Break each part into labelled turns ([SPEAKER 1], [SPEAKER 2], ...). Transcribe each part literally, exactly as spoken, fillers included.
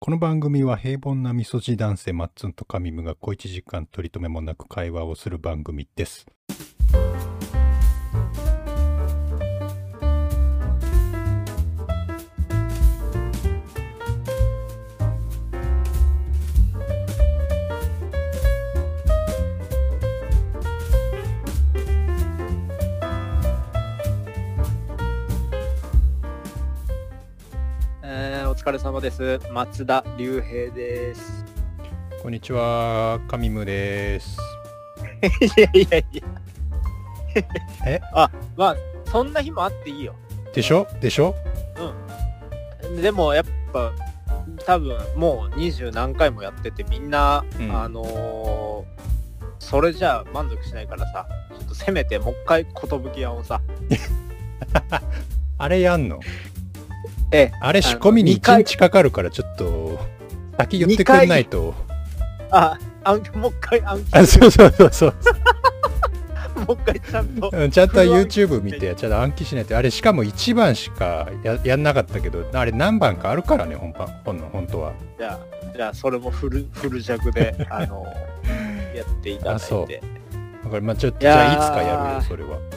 [SPEAKER 1] この番組は平凡なみそじ男性マッツンとカミムが小いちじかん取り留めもなく会話をする番組です。
[SPEAKER 2] えー、お疲れ様です。松田龍平です。
[SPEAKER 1] こんにちは、カミムです。
[SPEAKER 2] いやいやいや。
[SPEAKER 1] え
[SPEAKER 2] あ、まあそんな日もあっていいよ。
[SPEAKER 1] でしょでしょ
[SPEAKER 2] うん。でもやっぱ多分もう二十何回もやっててみんな、うん、あのー、それじゃあ満足しないからさ、ちょっとせめてもう一回寿屋をさ
[SPEAKER 1] あれやんの？
[SPEAKER 2] ええ、
[SPEAKER 1] あれ仕込みにいちにちかかるからちょっと先言ってくれないと。
[SPEAKER 2] あ、あもう一回暗記。
[SPEAKER 1] あ、そうそうそうそう
[SPEAKER 2] もう一回ちゃんと、
[SPEAKER 1] うん、ちゃんと YouTube 見てちゃんと暗記しないと。あれしかもいちばんしか や, やんなかったけど、あれ何番かあるからね、本番本の本当は。
[SPEAKER 2] じゃあじゃあそれもフルフル弱であのやっていただいて。あ、そう。
[SPEAKER 1] だからまあちょっとじゃあいつかやるよそれは。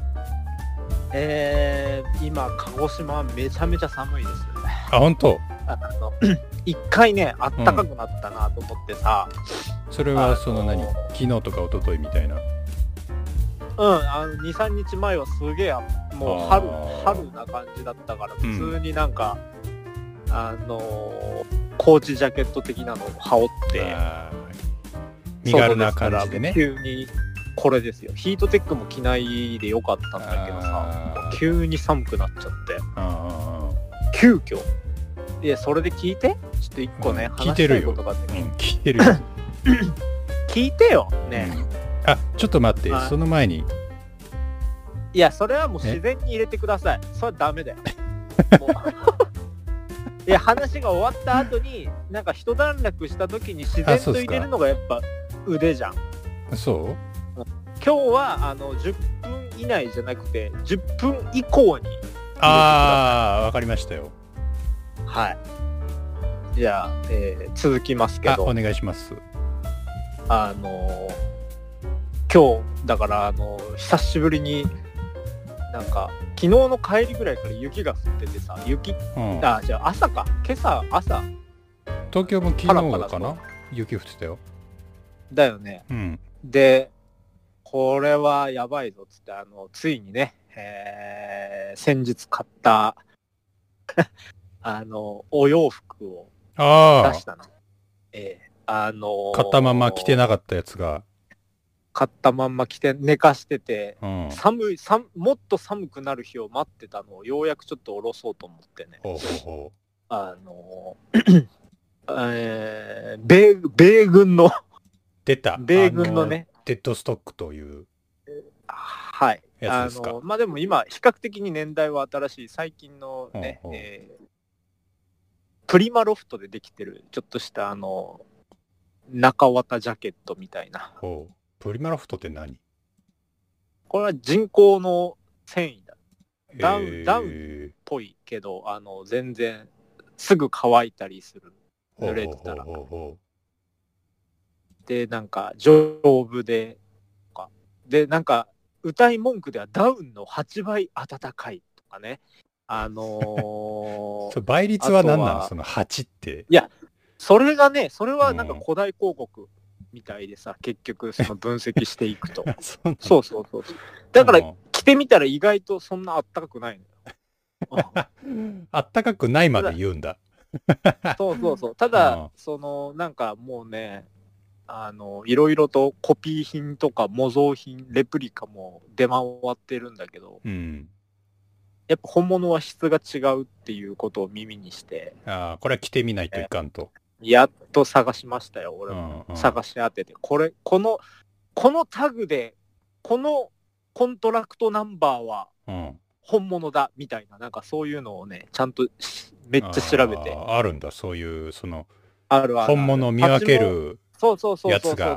[SPEAKER 2] えー、今鹿児島はめちゃめちゃ寒いですよね。
[SPEAKER 1] あ、本当？
[SPEAKER 2] あの一回ねあったかくなったなと思ってさ、
[SPEAKER 1] うん、それはその何、昨日とか一昨日みたいな。
[SPEAKER 2] うん、あのにさんにちまえはすげえもう春春な感じだったから普通になんか、うん、あのコーチジャケット的なのを羽織って
[SPEAKER 1] 身軽な感じでね。
[SPEAKER 2] 急にこれですよ。ヒートテックも着ないでよかったんだけどさ、急に寒くなっちゃって、急遽いやそれで聞いて、ちょっと一個ね、うん、
[SPEAKER 1] 話したいことがあって、うん、聞いてるよ
[SPEAKER 2] 聞いてよね、
[SPEAKER 1] うん、あ、ちょっと待って、その前に
[SPEAKER 2] いやそれはもう自然に入れてください。それはダメだよもういや話が終わった後になんか一段落した時に自然と入れるのがやっぱ腕じゃん。
[SPEAKER 1] そう
[SPEAKER 2] 今日はあのじゅっぷん以内じゃなくてじゅっぷん以降に。
[SPEAKER 1] ああ、わかりましたよ。
[SPEAKER 2] はい。じゃあ、えー、続きますけど。
[SPEAKER 1] お願いします。
[SPEAKER 2] あの今日だからあの久しぶりになんか昨日の帰りぐらいから雪が降っててさ、雪、うん、あじゃあ朝か今朝朝。
[SPEAKER 1] 東京も昨日かな、パラパラ雪降ってたよ。
[SPEAKER 2] だよね。
[SPEAKER 1] うん。
[SPEAKER 2] で。これはやばいぞっつってあのついにね、えー、先日買ったあのお洋服を出したの。えー、あのー、
[SPEAKER 1] 買ったまま着てなかったやつが
[SPEAKER 2] 買ったまんま着て寝かしてて、
[SPEAKER 1] うん、
[SPEAKER 2] 寒い寒もっと寒くなる日を待ってたのをようやくちょっと下ろそうと思ってね。
[SPEAKER 1] ほうほうほう
[SPEAKER 2] あのーえー、米米軍の
[SPEAKER 1] 出た
[SPEAKER 2] 米軍のね
[SPEAKER 1] デッドストックという
[SPEAKER 2] はい、
[SPEAKER 1] やつですか。
[SPEAKER 2] あのまあでも今比較的に年代は新しい最近のね、
[SPEAKER 1] ほうほう
[SPEAKER 2] えー、プリマロフトでできてるちょっとしたあの中綿ジャケットみたいな。
[SPEAKER 1] ほう。プリマロフトって何？
[SPEAKER 2] これは人工の繊維だ。ダウンダウンっぽいけどあの全然すぐ乾いたりする。濡れてたら。
[SPEAKER 1] ほうほうほうほう。
[SPEAKER 2] でなんか丈夫ででなんか歌い文句ではダウンのはちばい暖かいとかね、あのー、
[SPEAKER 1] そ倍率は何なのそのはちって。
[SPEAKER 2] いやそれがねそれはなんか古代広告みたいでさ、結局その分析していくとそうそうそうそうだから着てみたら意外とそんなあったかくないのよ
[SPEAKER 1] あったかくないまで言うんだ
[SPEAKER 2] そうそうそう。ただそのなんかもうねあのいろいろとコピー品とか模造品レプリカも出回ってるんだけど、
[SPEAKER 1] うん、
[SPEAKER 2] やっぱ本物は質が違うっていうことを耳にして、
[SPEAKER 1] ああこれは着てみないといかんと、
[SPEAKER 2] えー、やっと探しましたよ俺も、うんうん、探し当ててこれこのこのタグでこのコントラクトナンバーは本物だみたいな、なんかそういうのをねちゃんとめっちゃ調べて
[SPEAKER 1] あ, あるんだそういうその
[SPEAKER 2] あるある
[SPEAKER 1] 本物を見分ける
[SPEAKER 2] そうそうそうそうそう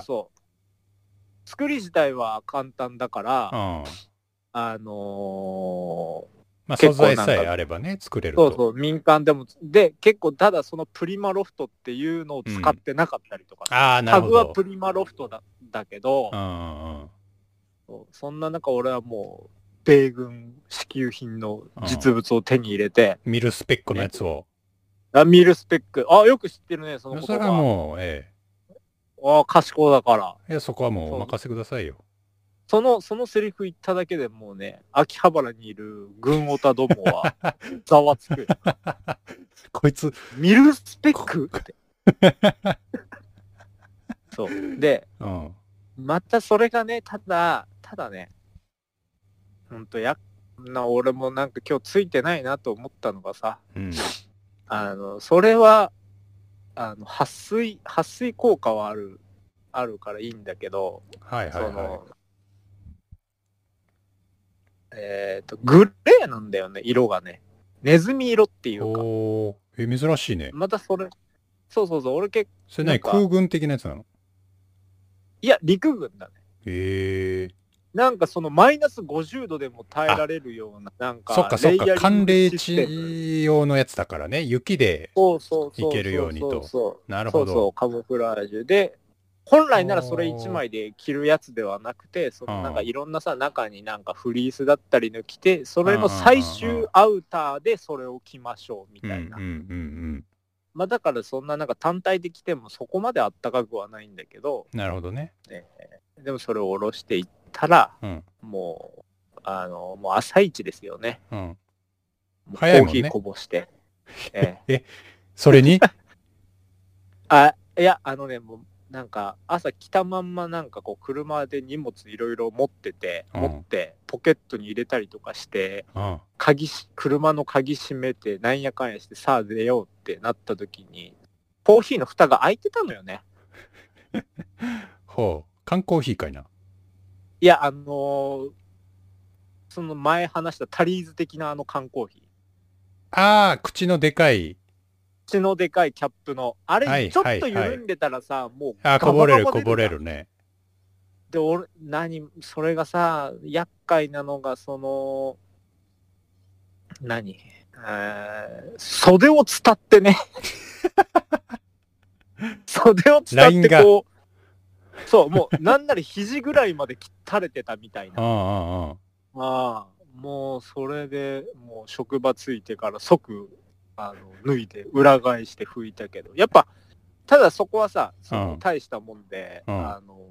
[SPEAKER 2] そう作り自体は簡単だから、
[SPEAKER 1] うん、
[SPEAKER 2] あの
[SPEAKER 1] まあ素材さえあればね、作れると。
[SPEAKER 2] そうそう、民間でも。で、結構、ただそのプリマロフトっていうのを使ってなかったりとか。
[SPEAKER 1] うん、ああ、なるほど。
[SPEAKER 2] タグはプリマロフトだだけど、
[SPEAKER 1] うんうんうん、
[SPEAKER 2] そ, そんな中、俺はもう、米軍支給品の実物を手に入れて。
[SPEAKER 1] うん、ミルスペックのやつを。
[SPEAKER 2] ね、あ、ミルスペック。あ、よく知ってるね、そのこと
[SPEAKER 1] それはもう、え
[SPEAKER 2] え。ああ、賢いだから。
[SPEAKER 1] いや、そこはもうお任せくださいよ。
[SPEAKER 2] その、そのセリフ言っただけでもうね、秋葉原にいる軍オタどもは、ざわつく。
[SPEAKER 1] こいつ。
[SPEAKER 2] ミルスペックって。そう。で、
[SPEAKER 1] うん、
[SPEAKER 2] またそれがね、ただ、ただね、ほんとや、な、俺もなんか今日ついてないなと思ったのがさ、
[SPEAKER 1] うん、
[SPEAKER 2] あの、それは、あの、撥水、撥水効果はある、あるからいいんだけど、
[SPEAKER 1] はいはいはい。
[SPEAKER 2] そのえっと、グレーなんだよね、色がね。ネズミ色っていうか。
[SPEAKER 1] おー、え、珍しいね。
[SPEAKER 2] またそれ、そうそうそう、俺結構。
[SPEAKER 1] それ何、空軍的なやつなの？
[SPEAKER 2] いや、陸軍だね。
[SPEAKER 1] へえ。
[SPEAKER 2] なんかそのマイナスごじゅうどでも耐えられるような、なんか、
[SPEAKER 1] そっかそっか、寒冷地用のやつだからね、雪でいけるようにと。なるほど。
[SPEAKER 2] そうそう、カモフラージュで、本来ならそれいちまいで着るやつではなくて、そのなんかいろんなさ、中になんかフリースだったりの着て、それの最終アウターでそれを着ましょうみたいな。まあだからそんななんか単体で着てもそこまであったかくはないんだけど。
[SPEAKER 1] なるほどね。
[SPEAKER 2] ね、でもそれを下ろしていったら、
[SPEAKER 1] うん、
[SPEAKER 2] もう、あの、もう朝一ですよね。
[SPEAKER 1] うん、
[SPEAKER 2] 早いもんね。コーヒーこぼして。
[SPEAKER 1] ええ、それに
[SPEAKER 2] あ、いや、あのね、もう、なんか朝来たまんまなんかこう車で荷物いろいろ持ってて、うん、持ってポケットに入れたりとかして、うん、鍵し車の鍵閉めてなんやかんやしてさあ出ようってなった時にコーヒーの蓋が開いてたのよね。
[SPEAKER 1] ほう、缶コーヒーかいな。
[SPEAKER 2] いや、あのー、その前話したタリーズ的なあの缶コーヒ
[SPEAKER 1] ー。ああ、口のでかい。
[SPEAKER 2] 口のでかいキャップのあれ、はい、ちょっと緩んでたらさ、はいはい、もう
[SPEAKER 1] あこぼれるこぼれるね。
[SPEAKER 2] で俺何それがさ厄介なのがその何袖を伝ってね袖を伝ってこうそうもうなんなら肘ぐらいまで垂れてたみたいな。ああああもうそれでもう職場ついてから即あの脱いで裏返して拭いたけどやっぱただそこはさその大したもんで、うん、あの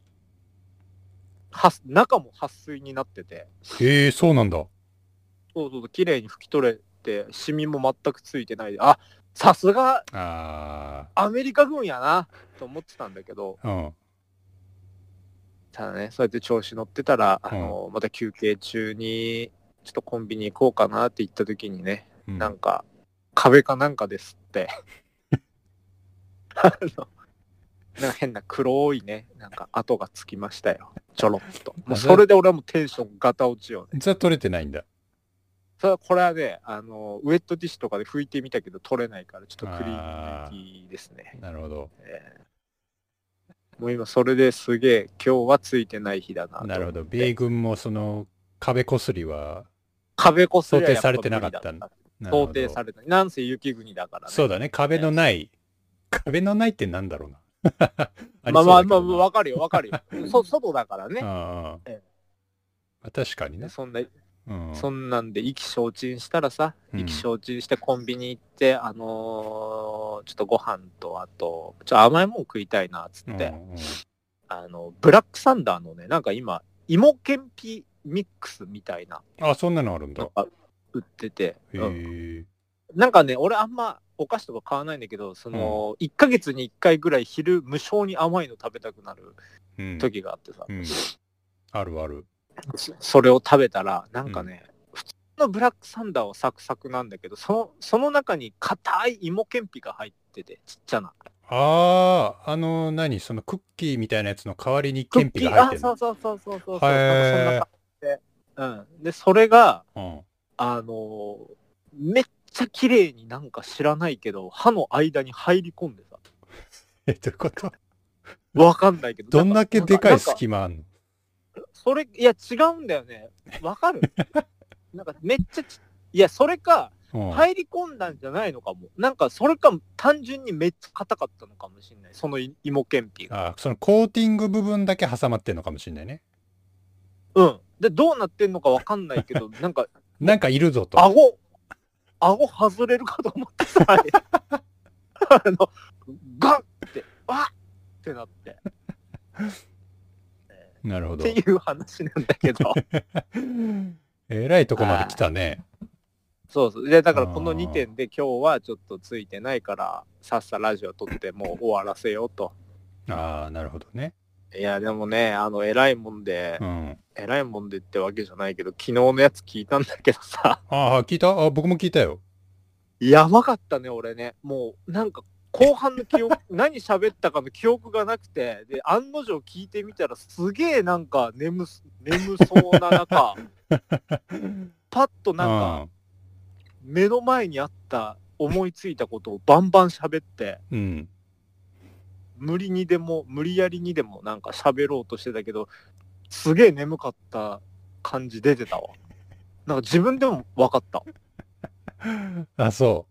[SPEAKER 2] は中も撥水になってて
[SPEAKER 1] へえそうなんだ。
[SPEAKER 2] そうそう綺麗に拭き取れてシミも全くついてないであさすがアメリカ軍やなと思ってたんだけど、うん、ただねそうやって調子乗ってたら、うん、あのまた休憩中にちょっとコンビニ行こうかなって言った時にね、うん、なんか壁かなんかですってあのなんか変な黒いねなんか跡がつきましたよちょろっと。もうそれで俺はもうテンションガタ落ちよね。
[SPEAKER 1] じゃあ取れてないんだ。
[SPEAKER 2] それはこれはねあのウェットティッシュとかで拭いてみたけど取れないからちょっとクリーム抜きですね。
[SPEAKER 1] なるほど、
[SPEAKER 2] えー、もう今それですげえ今日はついてない日だなと。
[SPEAKER 1] なるほど。米軍もその壁こすりは
[SPEAKER 2] 壁こすりは
[SPEAKER 1] 想定されてなかったんだ。
[SPEAKER 2] 想定されてない。なんせ雪国だからね。
[SPEAKER 1] そうだね壁のない、ね、壁のないってなんだろうな
[SPEAKER 2] まあまあまあわかるよわかるよそ外だからね。あ、
[SPEAKER 1] ええ、確かにね。
[SPEAKER 2] そんな、うん、そんなんで意気消沈したらさ、うん、意気消沈してコンビニ行ってあのー、ちょっとご飯とあとちょっと甘いもん食いたいなっつって、うんうん、あのブラックサンダーのねなんか今芋けんぴミックスみたいな
[SPEAKER 1] あそんなのあるんだ
[SPEAKER 2] 売ってて、
[SPEAKER 1] へ
[SPEAKER 2] うん、なんかね俺あんまお菓子とか買わないんだけどその、うん、いっかげつにいっかいぐらい昼無性に甘いの食べたくなる時があってさ、
[SPEAKER 1] うんうん、あるある。
[SPEAKER 2] それを食べたらなんかね、うん、普通のブラックサンダーはサクサクなんだけどそのその中に硬い芋けんぴが入っててちっちゃな
[SPEAKER 1] あああの何そのクッキーみたいなやつの代わりにけんぴが入ってるの。
[SPEAKER 2] あそうそうそうそうそうそうなんかそんな感じで、うん、でそれが、うん、あのめっちゃ綺麗になんか知らないけど歯の間に入り込んでさ
[SPEAKER 1] えどういうこと
[SPEAKER 2] わかんないけど
[SPEAKER 1] どんだけでかい隙間あんの。
[SPEAKER 2] それいや違うんだよねわかるなんかめっちゃち、いや、それか、
[SPEAKER 1] うん、
[SPEAKER 2] 入り込んだんじゃないのかも。なんか、それか、単純にめっちゃ硬かったのかもしれない。その芋けんぴが。
[SPEAKER 1] あ、そのコーティング部分だけ挟まってんのかもしれないね。
[SPEAKER 2] うん。で、どうなってんのかわかんないけど、なんか、
[SPEAKER 1] なんかいるぞと。
[SPEAKER 2] 顎、顎外れるかと思ってさ、あの、ガンって、わっってなって。
[SPEAKER 1] なるほど。
[SPEAKER 2] っていう話なんだけど。
[SPEAKER 1] えらいとこまで来たね。
[SPEAKER 2] そうそう。で、だからこのにてんで今日はちょっとついてないから、さっさラジオ撮ってもう終わらせようと。
[SPEAKER 1] ああ、なるほどね。
[SPEAKER 2] いや、でもね、あの、偉いもんで、
[SPEAKER 1] うん、
[SPEAKER 2] 偉いもんでってわけじゃないけど、昨日のやつ聞いたんだけどさ。
[SPEAKER 1] ああ、聞いた？あ、僕も聞いたよ。
[SPEAKER 2] やばかったね、俺ね。もう、なんか、後半の記憶、何喋ったかの記憶がなくて、で、案の定聞いてみたら、すげえなんか眠す、眠そうな中、パッとなんか、目の前にあった思いついたことをバンバン喋って、
[SPEAKER 1] うん、
[SPEAKER 2] 無理にでも、無理やりにでもなんか喋ろうとしてたけど、すげえ眠かった感じ出てたわ。なんか自分でも分かった。
[SPEAKER 1] あ、そう。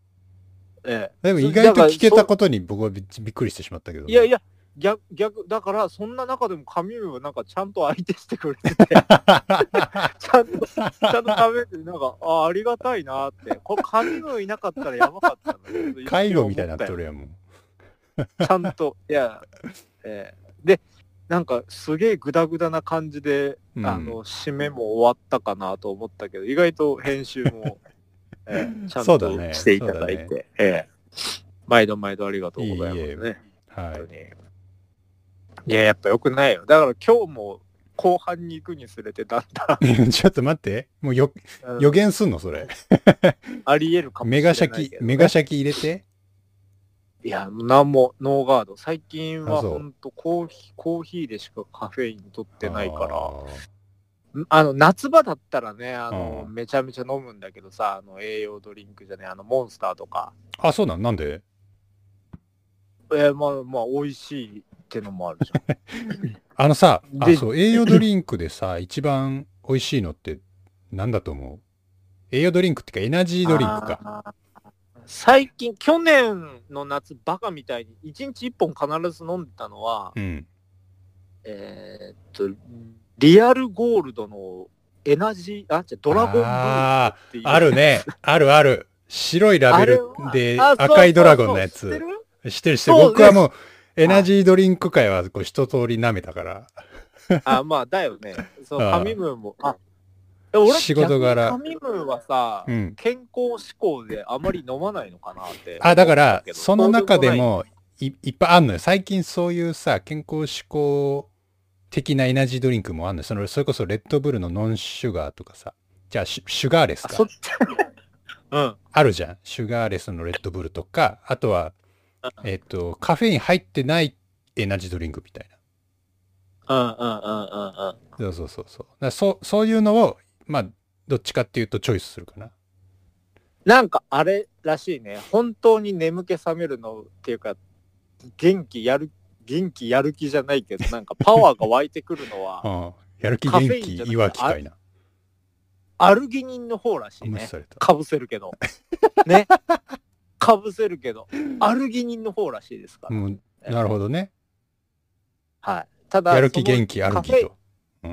[SPEAKER 2] え
[SPEAKER 1] え。でも意外と聞けたことに僕はびっくりしてしまったけど、ね。
[SPEAKER 2] いやいや、逆、逆、だからそんな中でも神ムはなんかちゃんと相手してくれてて、ちゃんと、ちゃんと食べて、なんか、ああ、ありがたいなって、これ神ムいなかったらやばかったの。
[SPEAKER 1] 介護みたいになっとるやん、もう。
[SPEAKER 2] ちゃんと、いや、えー、で、なんかすげえグダグダな感じで、うん、あの、締めも終わったかなと思ったけど、意外と編集も、えー、ちゃんとしていただいて、ねえー、毎度毎度ありがとうございますね。いいえ、はい。いや、やっぱ良くないよ。だから今日も後半に行くにつれてだんだ
[SPEAKER 1] ん。ちょっと待って。もうよ、うん、予言すんのそれ。
[SPEAKER 2] あり得るかもしれないけど、ね。
[SPEAKER 1] メガシャキ、メガシャキ入れて。
[SPEAKER 2] いや、なんもノーガード。最近はほんとコーヒー、コーヒーでしかカフェイン取ってないから。あの、夏場だったらね、あの、めちゃめちゃ飲むんだけどさ、あの、栄養ドリンクじゃね、あの、モンスターとか。
[SPEAKER 1] あ、そうなん？なんで？
[SPEAKER 2] えー、まあ、まあ、美味しいってのもあるじゃん。
[SPEAKER 1] あのさ、あ、そう、栄養ドリンクでさ、一番美味しいのって何だと思う？栄養ドリンクっていうか、エナジードリンクか。
[SPEAKER 2] 最近、去年の夏、バカみたいに、いちにちいっぽん必ず飲んでたのは、うん、えー、っと、リアルゴールドのエナジー、あ、じゃドラゴンブースっていう。
[SPEAKER 1] あるね。あるある。白いラベルで赤いドラゴンのやつ。知ってる？知ってる知ってる。僕はもう、エナジードリンク界はこう一通り舐めたから。
[SPEAKER 2] あ、まあ、だよね。そう、ファミムーンも。あ、俺、仕事柄。ファミムーンはさ、うん、健康志向であまり飲まないのかなって。
[SPEAKER 1] あ、だから、その中でもい、いっぱいあんのよ。最近そういうさ、健康志向的なエナジードリンクもあんのよ。その、それこそレッドブルのノンシュガーとかさ。じゃあ、シュガーレスか。そっちうん。あるじゃん。シュガーレスのレッドブルとか、あとは、えっと、カフェイン入ってないエナジードリンクみたいな。
[SPEAKER 2] うんうんうんうんうん。
[SPEAKER 1] そうそうそうそう。だそう、そういうのを、まあ、どっちかっていうとチョイスするかな。
[SPEAKER 2] なんかあれらしいね。本当に眠気覚めるのっていうか、元気やる、元気やる気じゃないけど、なんかパワーが湧いてくるのは、
[SPEAKER 1] うん、やる気元気いわきかいな。
[SPEAKER 2] アルギニンの方らしいね。かぶせるけど。ね。かぶせるけど、アルギニンの方らしいですから。
[SPEAKER 1] うん、なるほどね。
[SPEAKER 2] はい。ただ、
[SPEAKER 1] やる気元気アルギと。うん。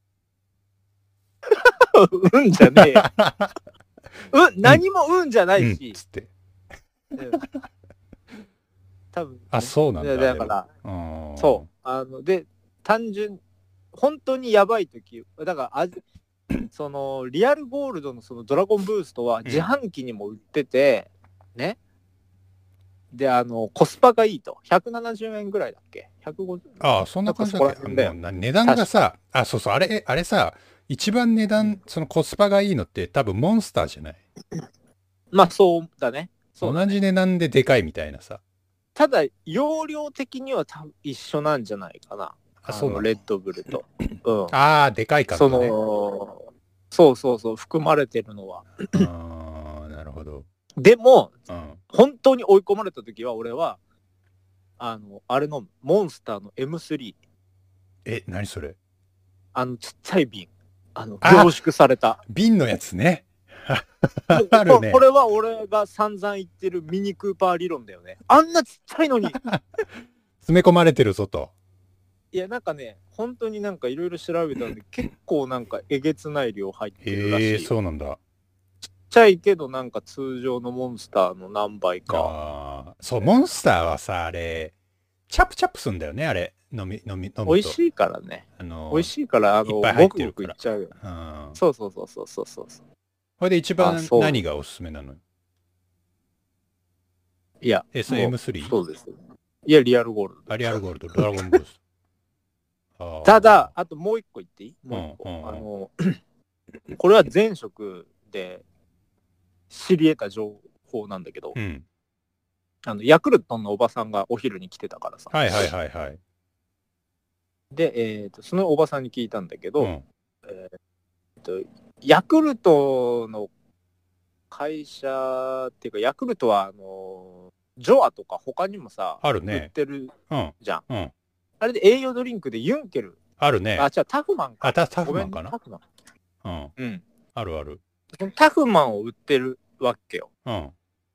[SPEAKER 2] うんじゃねえよ。うん、何もうんじゃないし。うん、つって。多分、ね。
[SPEAKER 1] あ、そうなんだ。
[SPEAKER 2] だから、そう。あの、で、単純、本当にやばい時、だから、味、その、リアルゴールドのそのドラゴンブーストは自販機にも売ってて、うん、ね。で、あの、コスパがいいと。ひゃくななじゅうえんぐらいだっけ ?ひゃくごじゅう
[SPEAKER 1] ああ、そんな感じだっけ？値段がさ、あ、そうそう、あれ、あれさ、一番値段、うん、そのコスパがいいのって多分モンスターじゃない？
[SPEAKER 2] まあ、そうだね。
[SPEAKER 1] そうだね。同じ値段ででかいみたいなさ。
[SPEAKER 2] ただ、容量的には多分一緒なんじゃないかな。あ、そうなの？レッドブルと。うん。
[SPEAKER 1] ああ、でかいからね。
[SPEAKER 2] その、そうそうそう、含まれてるのは。
[SPEAKER 1] ああ、なるほど。
[SPEAKER 2] でも、うん、本当に追い込まれた時は、俺は、あの、あれのモンスターの エムスリー。
[SPEAKER 1] え、何それ？
[SPEAKER 2] あの、ちっちゃい瓶。 あの、
[SPEAKER 1] あ
[SPEAKER 2] 凝縮された。
[SPEAKER 1] 瓶のやつね。
[SPEAKER 2] こ
[SPEAKER 1] あるね。
[SPEAKER 2] これは俺が散々言ってるミニクーパー理論だよね。あんなちっちゃいのに。
[SPEAKER 1] 詰め込まれてるぞと。
[SPEAKER 2] いや、なんかね、本当になんかいろいろ調べたんで、結構なんかえげつない量入ってるらしい。
[SPEAKER 1] へえ、そうなんだ。
[SPEAKER 2] ちっちゃいけどなんか通常のモンスターの何倍か。
[SPEAKER 1] ああ、そう、モンスターはさ、あれ、チャプチャプすんだよね、あれ。飲み、飲み、飲むと。
[SPEAKER 2] 美味しいからね。
[SPEAKER 1] あのー、
[SPEAKER 2] 美味しいから、あの、
[SPEAKER 1] いっぱい入
[SPEAKER 2] ごくご
[SPEAKER 1] ってるから
[SPEAKER 2] くいっちゃうよ。
[SPEAKER 1] うん。
[SPEAKER 2] そうそうそうそうそうそう。
[SPEAKER 1] これで一番
[SPEAKER 2] あそう
[SPEAKER 1] 何がおすすめなの？
[SPEAKER 2] いや、
[SPEAKER 1] え、それ エムスリー？
[SPEAKER 2] そうです。いや、リアルゴールド。
[SPEAKER 1] アリアルゴールド、ドラゴンブースト。あー
[SPEAKER 2] ただ、あともう一個言っていい？もう一個。
[SPEAKER 1] うんうんうん
[SPEAKER 2] あの、これは前職で知り得た情報なんだけど、
[SPEAKER 1] うん。
[SPEAKER 2] あの、ヤクルトのおばさんがお昼に来てたからさ。
[SPEAKER 1] はいはいはいはい。
[SPEAKER 2] で、えっと、そのおばさんに聞いたんだけど、
[SPEAKER 1] うん。
[SPEAKER 2] えっと、ヤクルトの会社っていうか、ヤクルトは、あの、ジョアとか他にもさ、売
[SPEAKER 1] あるね
[SPEAKER 2] っ。てる
[SPEAKER 1] うん。
[SPEAKER 2] じゃん。
[SPEAKER 1] うん。
[SPEAKER 2] あれで栄養ドリンクでユンケル。
[SPEAKER 1] あるね。
[SPEAKER 2] あ、違う、タフマンか。
[SPEAKER 1] あ、タタフ
[SPEAKER 2] ごめんね
[SPEAKER 1] マンかな？
[SPEAKER 2] タフマン。
[SPEAKER 1] うん。
[SPEAKER 2] うん。
[SPEAKER 1] あるある。
[SPEAKER 2] そのタフマンを売ってるわけよ。
[SPEAKER 1] うん。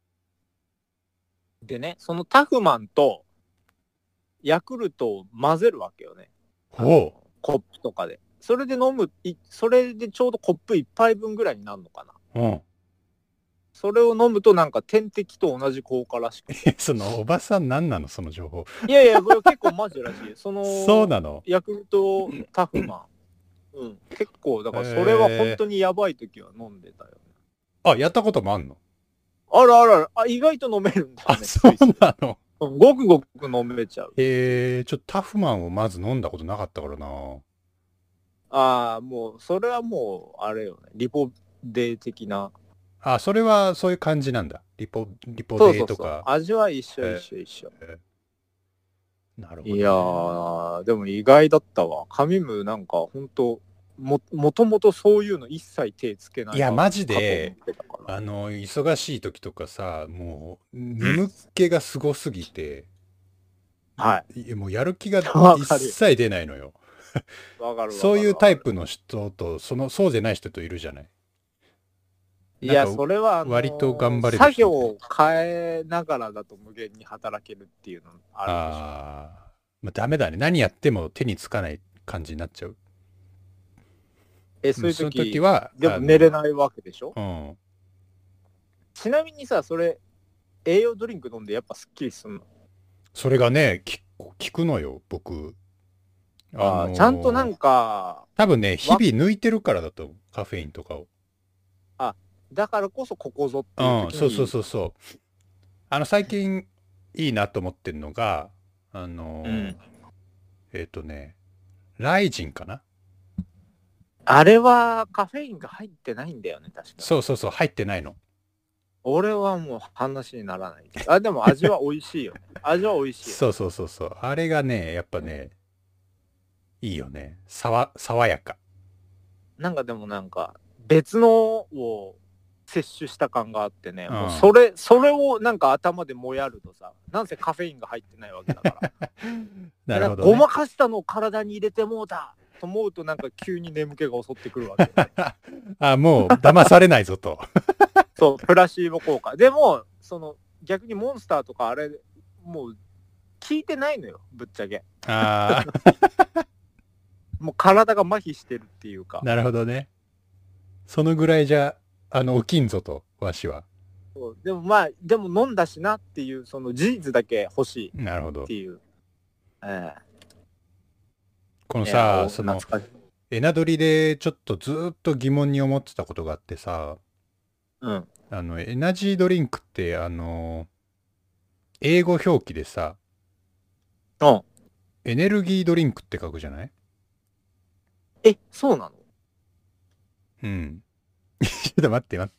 [SPEAKER 2] でね、そのタフマンとヤクルトを混ぜるわけよね。
[SPEAKER 1] ほう。
[SPEAKER 2] コップとかで。それで飲む、いそれでちょうどコップ一杯分ぐらいになるのかな。
[SPEAKER 1] うん。
[SPEAKER 2] それを飲むとなんか点滴と同じ効果らしくて。
[SPEAKER 1] え、そのおばさん何なのその情報。
[SPEAKER 2] いやいや、これ結構マジらしい。その、
[SPEAKER 1] そうなの？
[SPEAKER 2] ヤクルトタフマン。うん。結構、だからそれは本当にやばい時は飲んでたよね。
[SPEAKER 1] あ、やったこともあんの？
[SPEAKER 2] あらあらあ、意外と飲めるんだよ
[SPEAKER 1] あ、
[SPEAKER 2] ね。
[SPEAKER 1] そうなの？
[SPEAKER 2] うんごくごく飲めちゃう。
[SPEAKER 1] えー、ちょっとタフマンをまず飲んだことなかったからな。
[SPEAKER 2] ああ、もう、それはもう、あれよね。リポデー的な。
[SPEAKER 1] あ、それはそういう感じなんだ。リポ、リポ
[SPEAKER 2] そうそうそう。
[SPEAKER 1] デーとか。
[SPEAKER 2] 味は一緒
[SPEAKER 1] えー
[SPEAKER 2] 一緒一緒。
[SPEAKER 1] なるほど、ね。
[SPEAKER 2] いやー、でも意外だったわ。カミムなんか、ほんと、も、もともとそういうの一切手つけない。
[SPEAKER 1] いや、マジで、
[SPEAKER 2] かと思ってたから
[SPEAKER 1] あの、忙しい時とかさ、もう、眠気がすごすぎて、
[SPEAKER 2] はい
[SPEAKER 1] いもうやる気が
[SPEAKER 2] わかる
[SPEAKER 1] 一切出ないのよ。
[SPEAKER 2] わかるわかる。
[SPEAKER 1] そういうタイプの人と、その、そうじゃない人といるじゃない。
[SPEAKER 2] いや、
[SPEAKER 1] なんか
[SPEAKER 2] それは、あのー
[SPEAKER 1] 割と頑張れる人
[SPEAKER 2] 作業を変えながらだと無限に働けるっていうのあるでしょ。
[SPEAKER 1] ああ、まあ、ダメだね。何やっても手につかない感じになっちゃう。
[SPEAKER 2] え、そういう
[SPEAKER 1] その
[SPEAKER 2] 時
[SPEAKER 1] 時は、
[SPEAKER 2] でも寝れないわけでしょ。
[SPEAKER 1] うん。
[SPEAKER 2] ちなみにさ、それ、栄養ドリンク飲んでやっぱスッキリすんの？
[SPEAKER 1] それがね、き聞くのよ、僕。
[SPEAKER 2] あ、
[SPEAKER 1] のー
[SPEAKER 2] ちゃんとなんか、
[SPEAKER 1] 多分ね、日々抜いてるからだと思う、カフェインとかを。
[SPEAKER 2] だからこそここぞっていう
[SPEAKER 1] うん、
[SPEAKER 2] 時に。
[SPEAKER 1] そうそうそうそう。あの、最近いいなと思ってるのが、あのー
[SPEAKER 2] うん
[SPEAKER 1] えっ、とね、ライジンかな？
[SPEAKER 2] あれはカフェインが入ってないんだよね、確か。
[SPEAKER 1] そうそうそう、入ってないの。
[SPEAKER 2] 俺はもう話にならない。あ、でも味は美味しいよね。味は美味しいよ。
[SPEAKER 1] そうそうそうそう。あれがね、やっぱね、いいよね。さわ、爽やか。
[SPEAKER 2] なんかでもなんか、別のを摂取した感があってね、
[SPEAKER 1] うん
[SPEAKER 2] もうそれ、それをなんか頭でもやるとさ、なんせカフェインが入ってないわけだから。
[SPEAKER 1] なるほど、ね。
[SPEAKER 2] ごまかしたのを体に入れてもうたと思うとなんか急に眠気が襲ってくるわけ、ね。
[SPEAKER 1] あ、もう騙されないぞと。
[SPEAKER 2] そう、プラシーボ効果。でも、その、逆にモンスターとかあれ、もう、効いてないのよ、ぶっちゃけ。
[SPEAKER 1] あ
[SPEAKER 2] もう体が麻痺してるっていうか。
[SPEAKER 1] あ、なるほどね。そのぐらいじゃ、あの、起きんぞと、わしは。
[SPEAKER 2] そうでもまあ、でも飲んだしなっていう、その事実だけ欲しい
[SPEAKER 1] なるほど
[SPEAKER 2] っ。ていう。ええ
[SPEAKER 1] このさ、
[SPEAKER 2] ね
[SPEAKER 1] その、
[SPEAKER 2] 懐かしい
[SPEAKER 1] エナドリでちょっとずーっと疑問に思ってたことがあってさ、
[SPEAKER 2] うん。
[SPEAKER 1] あの、エナジードリンクって、あの、英語表記でさ、
[SPEAKER 2] うん。
[SPEAKER 1] エネルギードリンクって書くじゃない？
[SPEAKER 2] え、そうなの？
[SPEAKER 1] うん。ちょっと待って待って。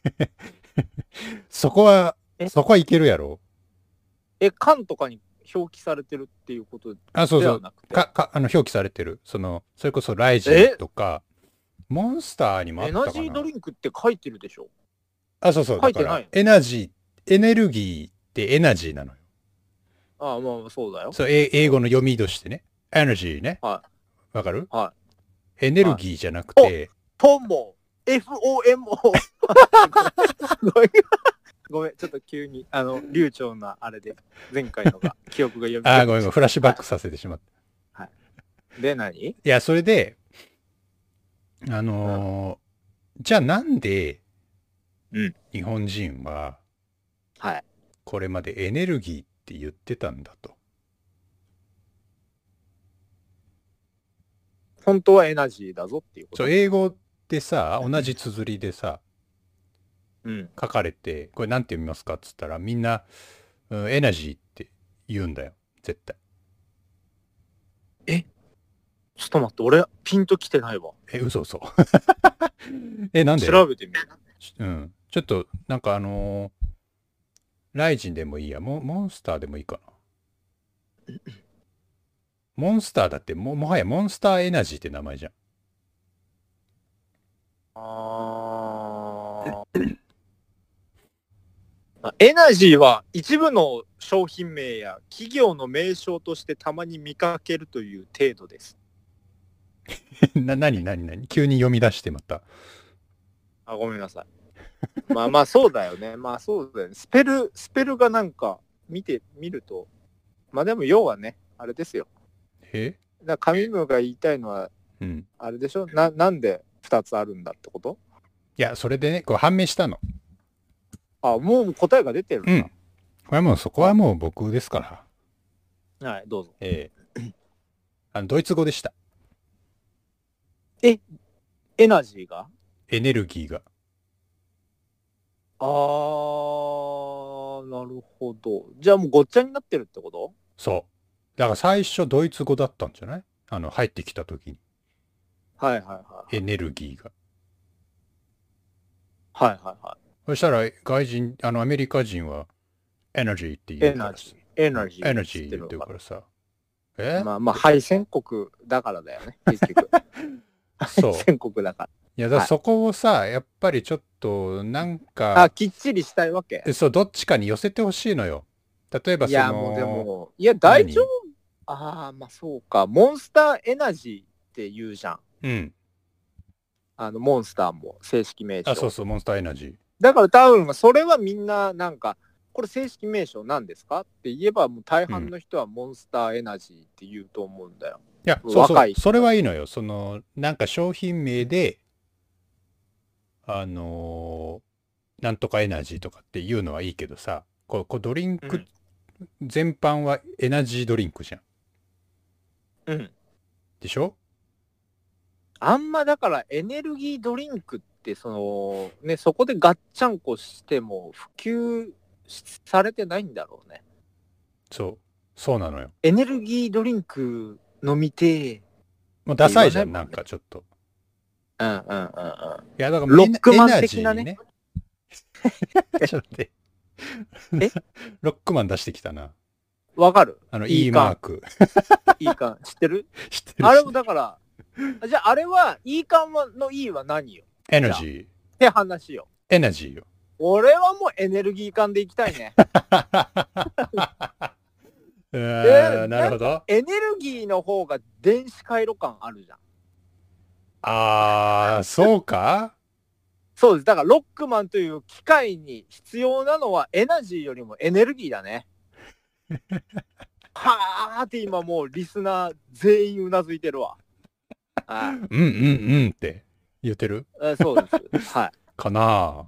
[SPEAKER 1] そこは、
[SPEAKER 2] え
[SPEAKER 1] そこはいけるやろ。
[SPEAKER 2] え、缶とかに表記されてるっていうこと
[SPEAKER 1] あ、そうそう。
[SPEAKER 2] ではなくて。
[SPEAKER 1] か、か、あの、表記されてる。その、それこそライジンとか、モンスターにもあっ
[SPEAKER 2] エ
[SPEAKER 1] たかな。
[SPEAKER 2] ナジードリンクって書いてるでしょ？
[SPEAKER 1] あ、そうそう。
[SPEAKER 2] 書いてない
[SPEAKER 1] だから、エナジー、エネルギーってエナジーなのよ。
[SPEAKER 2] ああ、まあそうだよ。
[SPEAKER 1] そう、え英語の読みとしてね。エナジーね。
[SPEAKER 2] は
[SPEAKER 1] わかる？
[SPEAKER 2] は
[SPEAKER 1] エネルギーじゃなくて、
[SPEAKER 2] フォンモ エフオーエムオー ごめんごめんちょっと急にあの流暢なあれで前回のが記憶が読み
[SPEAKER 1] あーごめんごめんフラッシュバックさせてしまった。
[SPEAKER 2] はい、で何？い
[SPEAKER 1] やそれであのーうん、じゃあなんで日本人はこれまでエネルギーって言ってたんだと。
[SPEAKER 2] 本当はエナジーだぞっていうこと。
[SPEAKER 1] そう英語でさ同じ綴りでさ、
[SPEAKER 2] うん、
[SPEAKER 1] 書かれてこれなんて読みますかっつったらみんな、うん、エナジーって言うんだよ絶対。
[SPEAKER 2] えちょっと待って俺ピンときてないわ。
[SPEAKER 1] え嘘嘘えなんで？
[SPEAKER 2] 調べてみる。
[SPEAKER 1] うんちょっとなんかあのー、ライジンでもいいやモモンスターでもいいかな。モンスターだってももはやモンスターエナジーって名前じゃん。
[SPEAKER 2] あエナジーは一部の商品名や企業の名称としてたまに見かけるという程度です。
[SPEAKER 1] な、なになになに急に読み出してまた。
[SPEAKER 2] あ、ごめんなさい。まあまあそうだよね。まあそうだよね。スペル、スペルがなんか見てみると、まあでも要はね、あれですよ。
[SPEAKER 1] え
[SPEAKER 2] だから上村が言いたいのは、
[SPEAKER 1] うん、
[SPEAKER 2] あれでしょな、なんでふたつあるんだってこと？
[SPEAKER 1] いや、それでね、こう判明したの。
[SPEAKER 2] あ、もう答えが出てるんだ。うん。
[SPEAKER 1] これはもうそこはもう僕ですから。
[SPEAKER 2] はい、どうぞ。
[SPEAKER 1] ええー、あの、ドイツ語でした。
[SPEAKER 2] え、エナジーが？
[SPEAKER 1] エネルギーが。
[SPEAKER 2] あー、なるほど。じゃあもうごっちゃになってるってこと？
[SPEAKER 1] そう。だから最初ドイツ語だったんじゃない？あの、入ってきた時に。
[SPEAKER 2] はいはいはい。
[SPEAKER 1] エネルギーが。
[SPEAKER 2] はいはいはい。
[SPEAKER 1] そしたら外人、あの、アメリカ人はエナジーって言うからさ。
[SPEAKER 2] エナジー。
[SPEAKER 1] エナジー言ってるからさ。え
[SPEAKER 2] まあまあ、敗戦国だからだよね、結局。
[SPEAKER 1] そう。
[SPEAKER 2] 敗戦国だから。
[SPEAKER 1] いや、だからそこをさ、はい、やっぱりちょっと、なんか。
[SPEAKER 2] あ、きっちりしたいわけ？
[SPEAKER 1] そう、どっちかに寄せてほしいのよ。例えばその。
[SPEAKER 2] いや、もうでも、いや、大丈夫。ああ、まあそうか。モンスターエナジーって言うじゃん。
[SPEAKER 1] うん。
[SPEAKER 2] あの、モンスターも正式名称。
[SPEAKER 1] あ、そうそう、モンスターエナジー。
[SPEAKER 2] だから多分、それはみんな、なんか、これ正式名称なんですかって言えば、もう大半の人はモンスターエナジーって言うと思うんだよ。うん、
[SPEAKER 1] いや、そうそう、それはいいのよ。その、なんか商品名で、あのー、なんとかエナジーとかっていうのはいいけどさ、こう、こうドリンク全般はエナジードリンクじゃん。
[SPEAKER 2] うん。で
[SPEAKER 1] しょ？
[SPEAKER 2] あんまだからエネルギードリンクってそのねそこでガッチャンコしても普及されてないんだろうね。
[SPEAKER 1] そうそうなのよ。
[SPEAKER 2] エネルギードリンク飲みて
[SPEAKER 1] もうダサいじゃん、なんかちょっと。
[SPEAKER 2] うんうんうんうん。い
[SPEAKER 1] やだから
[SPEAKER 2] ロックマン的なね。
[SPEAKER 1] ねちょっと待って。えロックマン出してきたな。
[SPEAKER 2] わかる？
[SPEAKER 1] あの E マーク。
[SPEAKER 2] いいか知ってる？
[SPEAKER 1] 知ってる。
[SPEAKER 2] あれもだからじゃああれは E 感の E は何よ？
[SPEAKER 1] エナジー。
[SPEAKER 2] って話よ。
[SPEAKER 1] エナジーよ。
[SPEAKER 2] 俺はもうエネルギー感でいきたいね。
[SPEAKER 1] えなるほど。
[SPEAKER 2] エネルギーの方が電子回路感あるじゃん。
[SPEAKER 1] あー、そうか？
[SPEAKER 2] そうです。だからロックマンという機械に必要なのはエナジーよりもエネルギーだね。はーって今もうリスナー全員うなずいてるわ。
[SPEAKER 1] あうんうんうんって言ってる？
[SPEAKER 2] えそうです。はい。
[SPEAKER 1] かな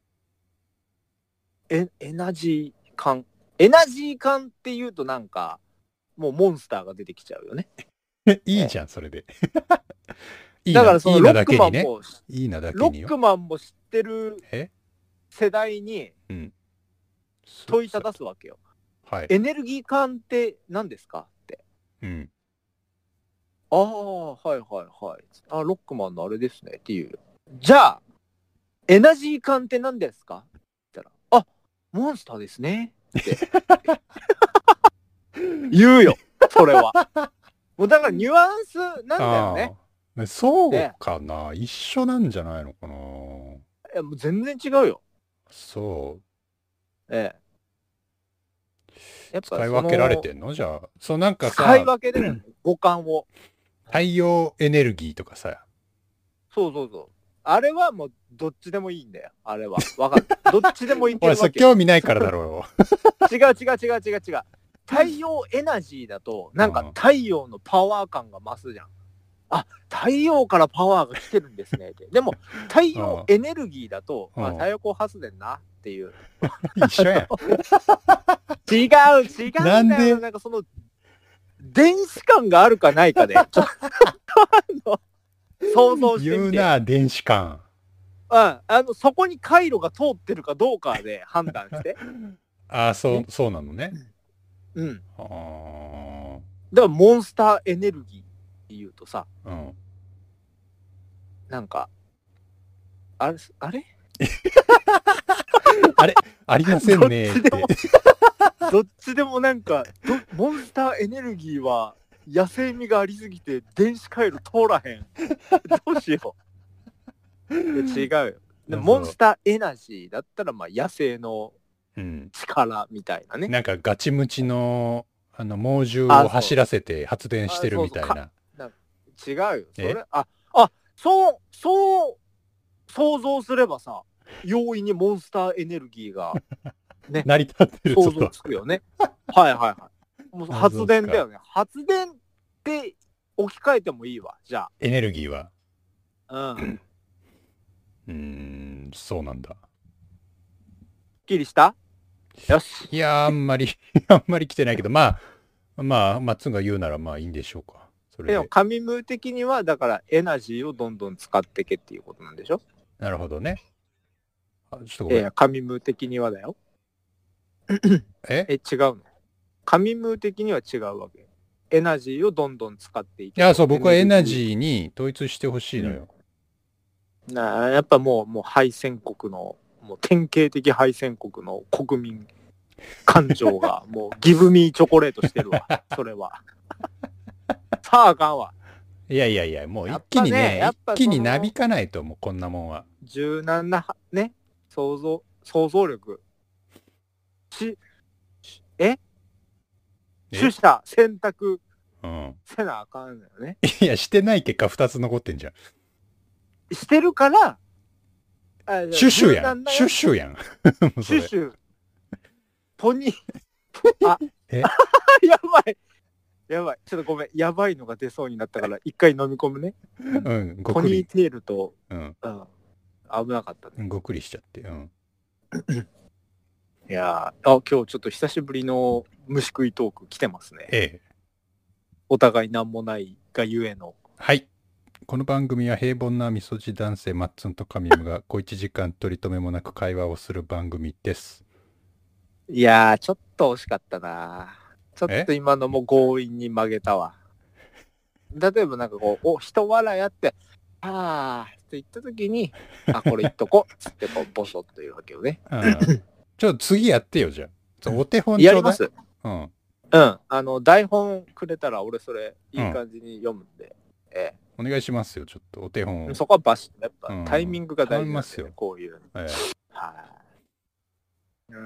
[SPEAKER 2] えエナジー感。エナジー感っていうとなんかもうモンスターが出てきちゃうよね。
[SPEAKER 1] いいじゃんそれで。
[SPEAKER 2] いいだからそのロックマンも
[SPEAKER 1] いいなだけに
[SPEAKER 2] ロックマンも知ってる世代に問いただすわけよ。はい、エネルギー感って何ですかって。うん。ああはいはいはい。あロックマンのあれですねっていう。じゃあエナジー感って何ですかって言ったらあモンスターですねって言うよそれは。もうだからニュアンスなんだよね。
[SPEAKER 1] そうかな、ね、一緒なんじゃないのかな。い
[SPEAKER 2] やもう全然違うよ。
[SPEAKER 1] そう。
[SPEAKER 2] ええ。
[SPEAKER 1] やっぱ使い分けられてんのじゃあ。そうなんかさ。
[SPEAKER 2] 使い分けで語感を。
[SPEAKER 1] 太陽エネルギーとかさ。
[SPEAKER 2] そうそうそう。あれはもうどっちでもいいんだよ。あれは。わかる。どっちでもいける
[SPEAKER 1] 俺さ、
[SPEAKER 2] わけ。
[SPEAKER 1] 興味ないからだろ
[SPEAKER 2] 違う違う違う違う違う。太陽エナジーだと、なんか太陽のパワー感が増すじゃん。あ、太陽からパワーが来てるんですねって。でも、太陽エネルギーだと、まあ、太陽光発電なっていう。
[SPEAKER 1] 一緒やん。
[SPEAKER 2] 違う違うんだよ。なんでなんかその、電子感があるかないかで、ちょっと想像してみて。
[SPEAKER 1] 言うな、電子感。
[SPEAKER 2] うん、あの、そこに回路が通ってるかどうかで判断して。
[SPEAKER 1] ああ、そう、そうなのね。
[SPEAKER 2] うん。
[SPEAKER 1] ああ。
[SPEAKER 2] だから、モンスターエネルギーって言うとさ、
[SPEAKER 1] うん。
[SPEAKER 2] なんか、あれ、あれ
[SPEAKER 1] あれありませんねって。
[SPEAKER 2] どっちでもなんか、モンスターエネルギーは野生味がありすぎて電子回路通らへん。どうしよう。違うよ。でモンスターエナジーだったらまあ野生の力みたいなね。
[SPEAKER 1] うん、なんかガチムチのあの猛獣を走らせて発電してるみたいな。
[SPEAKER 2] 違うよ。それああそうそう想像すればさ、容易にモンスターエネルギーがね
[SPEAKER 1] 成り立ってる。
[SPEAKER 2] 想像つくよね。はいはいはい。もう発電だよね。発電って置き換えてもいいわ。じゃあ。
[SPEAKER 1] エネルギーは。
[SPEAKER 2] うん。
[SPEAKER 1] うーん、そうなんだ。
[SPEAKER 2] すっきりした？よし。
[SPEAKER 1] いやー、あんまり、あんまり来てないけど、まあ、まあ、マッツンが言うならまあいいんでしょうか。それで。
[SPEAKER 2] でも、神ムー的には、だからエナジーをどんどん使ってけっていうことなんでしょ？
[SPEAKER 1] なるほどね。あ、ちょっとごめん。
[SPEAKER 2] いや、神ムー的にはだよ。
[SPEAKER 1] え
[SPEAKER 2] え、違うの？神ムー的には違うわけ。エナジーをどんどん使っていけ。
[SPEAKER 1] いや、そう、僕はエナジーに統一してほしいのよ。
[SPEAKER 2] うん、なやっぱもう、もう敗戦国の、もう典型的敗戦国の国民感情が、もうギブミーチョコレートしてるわ、それは。さあ、あかんわ。
[SPEAKER 1] いやいやいや、もう一気にね、ね一気になびかないと、もうこんなもんは。
[SPEAKER 2] 柔軟な、ね、想像、想像力。し、え取捨選択、うん、せなあかんのよね。
[SPEAKER 1] いや、してない結果ふたつ残ってんじゃん。
[SPEAKER 2] してるから、
[SPEAKER 1] シュッシュやん。シュッシュやん。
[SPEAKER 2] シュッシュ。ポニー。あ、えやばい。やばい。ちょっとごめん。やばいのが出そうになったから、一回飲み込むね。
[SPEAKER 1] うん、
[SPEAKER 2] ポニーテールと、うん、うん、危なかったね。
[SPEAKER 1] ごくりしちゃって。うん。
[SPEAKER 2] いやー、あ、今日ちょっと久しぶりの虫食いトーク来てますね。
[SPEAKER 1] ええ。
[SPEAKER 2] お互いなんもないがゆえの。
[SPEAKER 1] はい。この番組は平凡なみそじ男性マッツンとカミムが小一時間取り留めもなく会話をする番組です。
[SPEAKER 2] いやー、ちょっと惜しかったな。ちょっと今のも強引に曲げたわ。例えばなんかこう、お、人笑いあって、あーって言った時に、あ、これ言っとこっつってこう、ボソッと言うわけよね。
[SPEAKER 1] うん、ちょっと次やってよ、じゃあ。お手本ちょうだい。
[SPEAKER 2] やります。うん。うん。あの、台本くれたら俺それいい感じに読むんで。うん、ええ。
[SPEAKER 1] お願いしますよ、ちょっとお手本を。
[SPEAKER 2] そこはバシッと、やっぱタイミングが大事なんですよ、ね、こういう。
[SPEAKER 1] ええ、
[SPEAKER 2] はい、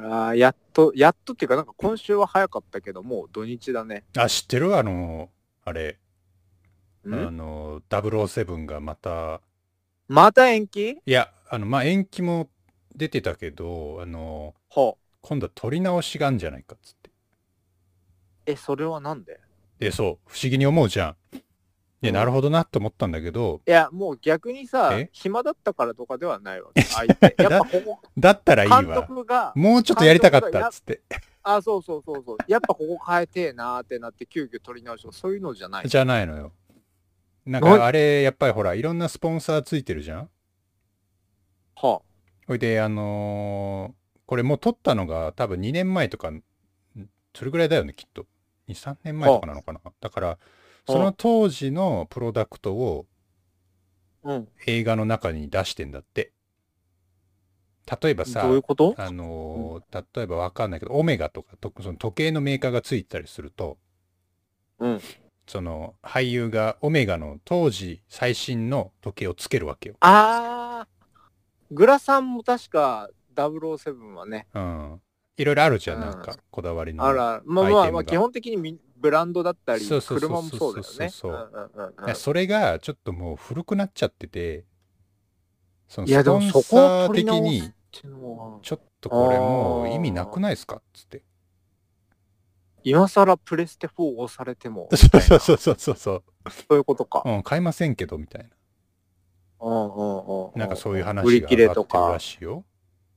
[SPEAKER 2] あ。あ、やっと、やっとっていうか、なんか今週は早かったけど、もう土日だね。
[SPEAKER 1] あ、知ってる？あの、あれ。あの、ダブルオーセブンがまた。
[SPEAKER 2] また延期？
[SPEAKER 1] いや、あの、まあ、延期も出てたけど、あの、
[SPEAKER 2] ほう。
[SPEAKER 1] 今度は撮り直しがあるんじゃないかっつって。
[SPEAKER 2] え、それはなんで？
[SPEAKER 1] で、そう、不思議に思うじゃん。いや、なるほどなって思ったんだけど。
[SPEAKER 2] いや、もう逆にさ、暇だったからとかではないわけ。相手。やっぱここ。
[SPEAKER 1] だったらいいわ。
[SPEAKER 2] 監督が。
[SPEAKER 1] もうちょっとやりたかったっつって。
[SPEAKER 2] あ、そうそうそうそう。やっぱここ変えてえなーってなって、急遽取り直しとか、そういうのじゃない。
[SPEAKER 1] じゃないのよ。なんかあれ、やっぱりほら、いろんなスポンサーついてるじゃん。
[SPEAKER 2] はあ。
[SPEAKER 1] ほいで、あのー、これもう撮ったのが多分にねんまえとか、それぐらいだよね、きっと。に、さんねんまえとかなのかな。はあ、だから、その当時のプロダクトを映画の中に出してんだって。例えばさ、
[SPEAKER 2] どういうこと？
[SPEAKER 1] あのー、例えばわかんないけど、オメガとかと、その時計のメーカーがついてたりすると、
[SPEAKER 2] うん、
[SPEAKER 1] その俳優がオメガの当時最新の時計をつけるわけよ。
[SPEAKER 2] あー、グラさんも確かダブルオーセブンはね。
[SPEAKER 1] うん。いろいろあるじゃん、なんかこだわりの。
[SPEAKER 2] あら、まあまあまあ、基本的にみブランドだったり
[SPEAKER 1] そうそうそう
[SPEAKER 2] 車もそうだよね。
[SPEAKER 1] そうそうそう
[SPEAKER 2] うんうんうんうん
[SPEAKER 1] いやそれがちょっともう古くなっちゃってて、その
[SPEAKER 2] いやでも
[SPEAKER 1] スポンサ
[SPEAKER 2] そこを
[SPEAKER 1] ー
[SPEAKER 2] 取り直す
[SPEAKER 1] 的に
[SPEAKER 2] っていうのは
[SPEAKER 1] ちょっとこれもう意味なくないですかっつって。
[SPEAKER 2] 今更プレステフォーを押されてもみ
[SPEAKER 1] そ
[SPEAKER 2] たいな
[SPEAKER 1] うそうそうそうそう。
[SPEAKER 2] そういうことか。
[SPEAKER 1] うん、買いませんけどみたいな。
[SPEAKER 2] うんうんうんうん
[SPEAKER 1] なんかそういう
[SPEAKER 2] 売
[SPEAKER 1] 話が
[SPEAKER 2] り切れと
[SPEAKER 1] 上がってるら
[SPEAKER 2] か。
[SPEAKER 1] しいよ。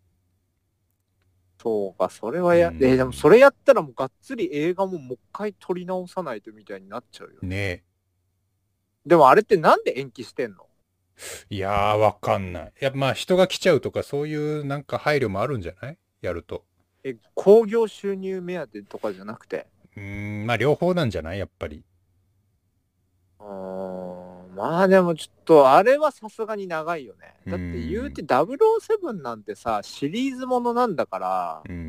[SPEAKER 2] そうか、それはや、
[SPEAKER 1] うん
[SPEAKER 2] えーでもそれやったらもうがっつり映画ももう一回撮り直さないとみたいになっちゃうよ。
[SPEAKER 1] ね
[SPEAKER 2] でもあれってなんで延期してんの？
[SPEAKER 1] え。いやー、わかんない。やっぱまあ人が来ちゃうとかそういうなんか配慮もあるんじゃない？やると。
[SPEAKER 2] え、興行収入目当てとかじゃなくて。
[SPEAKER 1] うーん、まあ両方なんじゃない？やっぱり。
[SPEAKER 2] うーん、まあでもちょっとあれはさすがに長いよね。だって言うてダブルオーセブンなんてさ、シリーズものなんだから、
[SPEAKER 1] うん。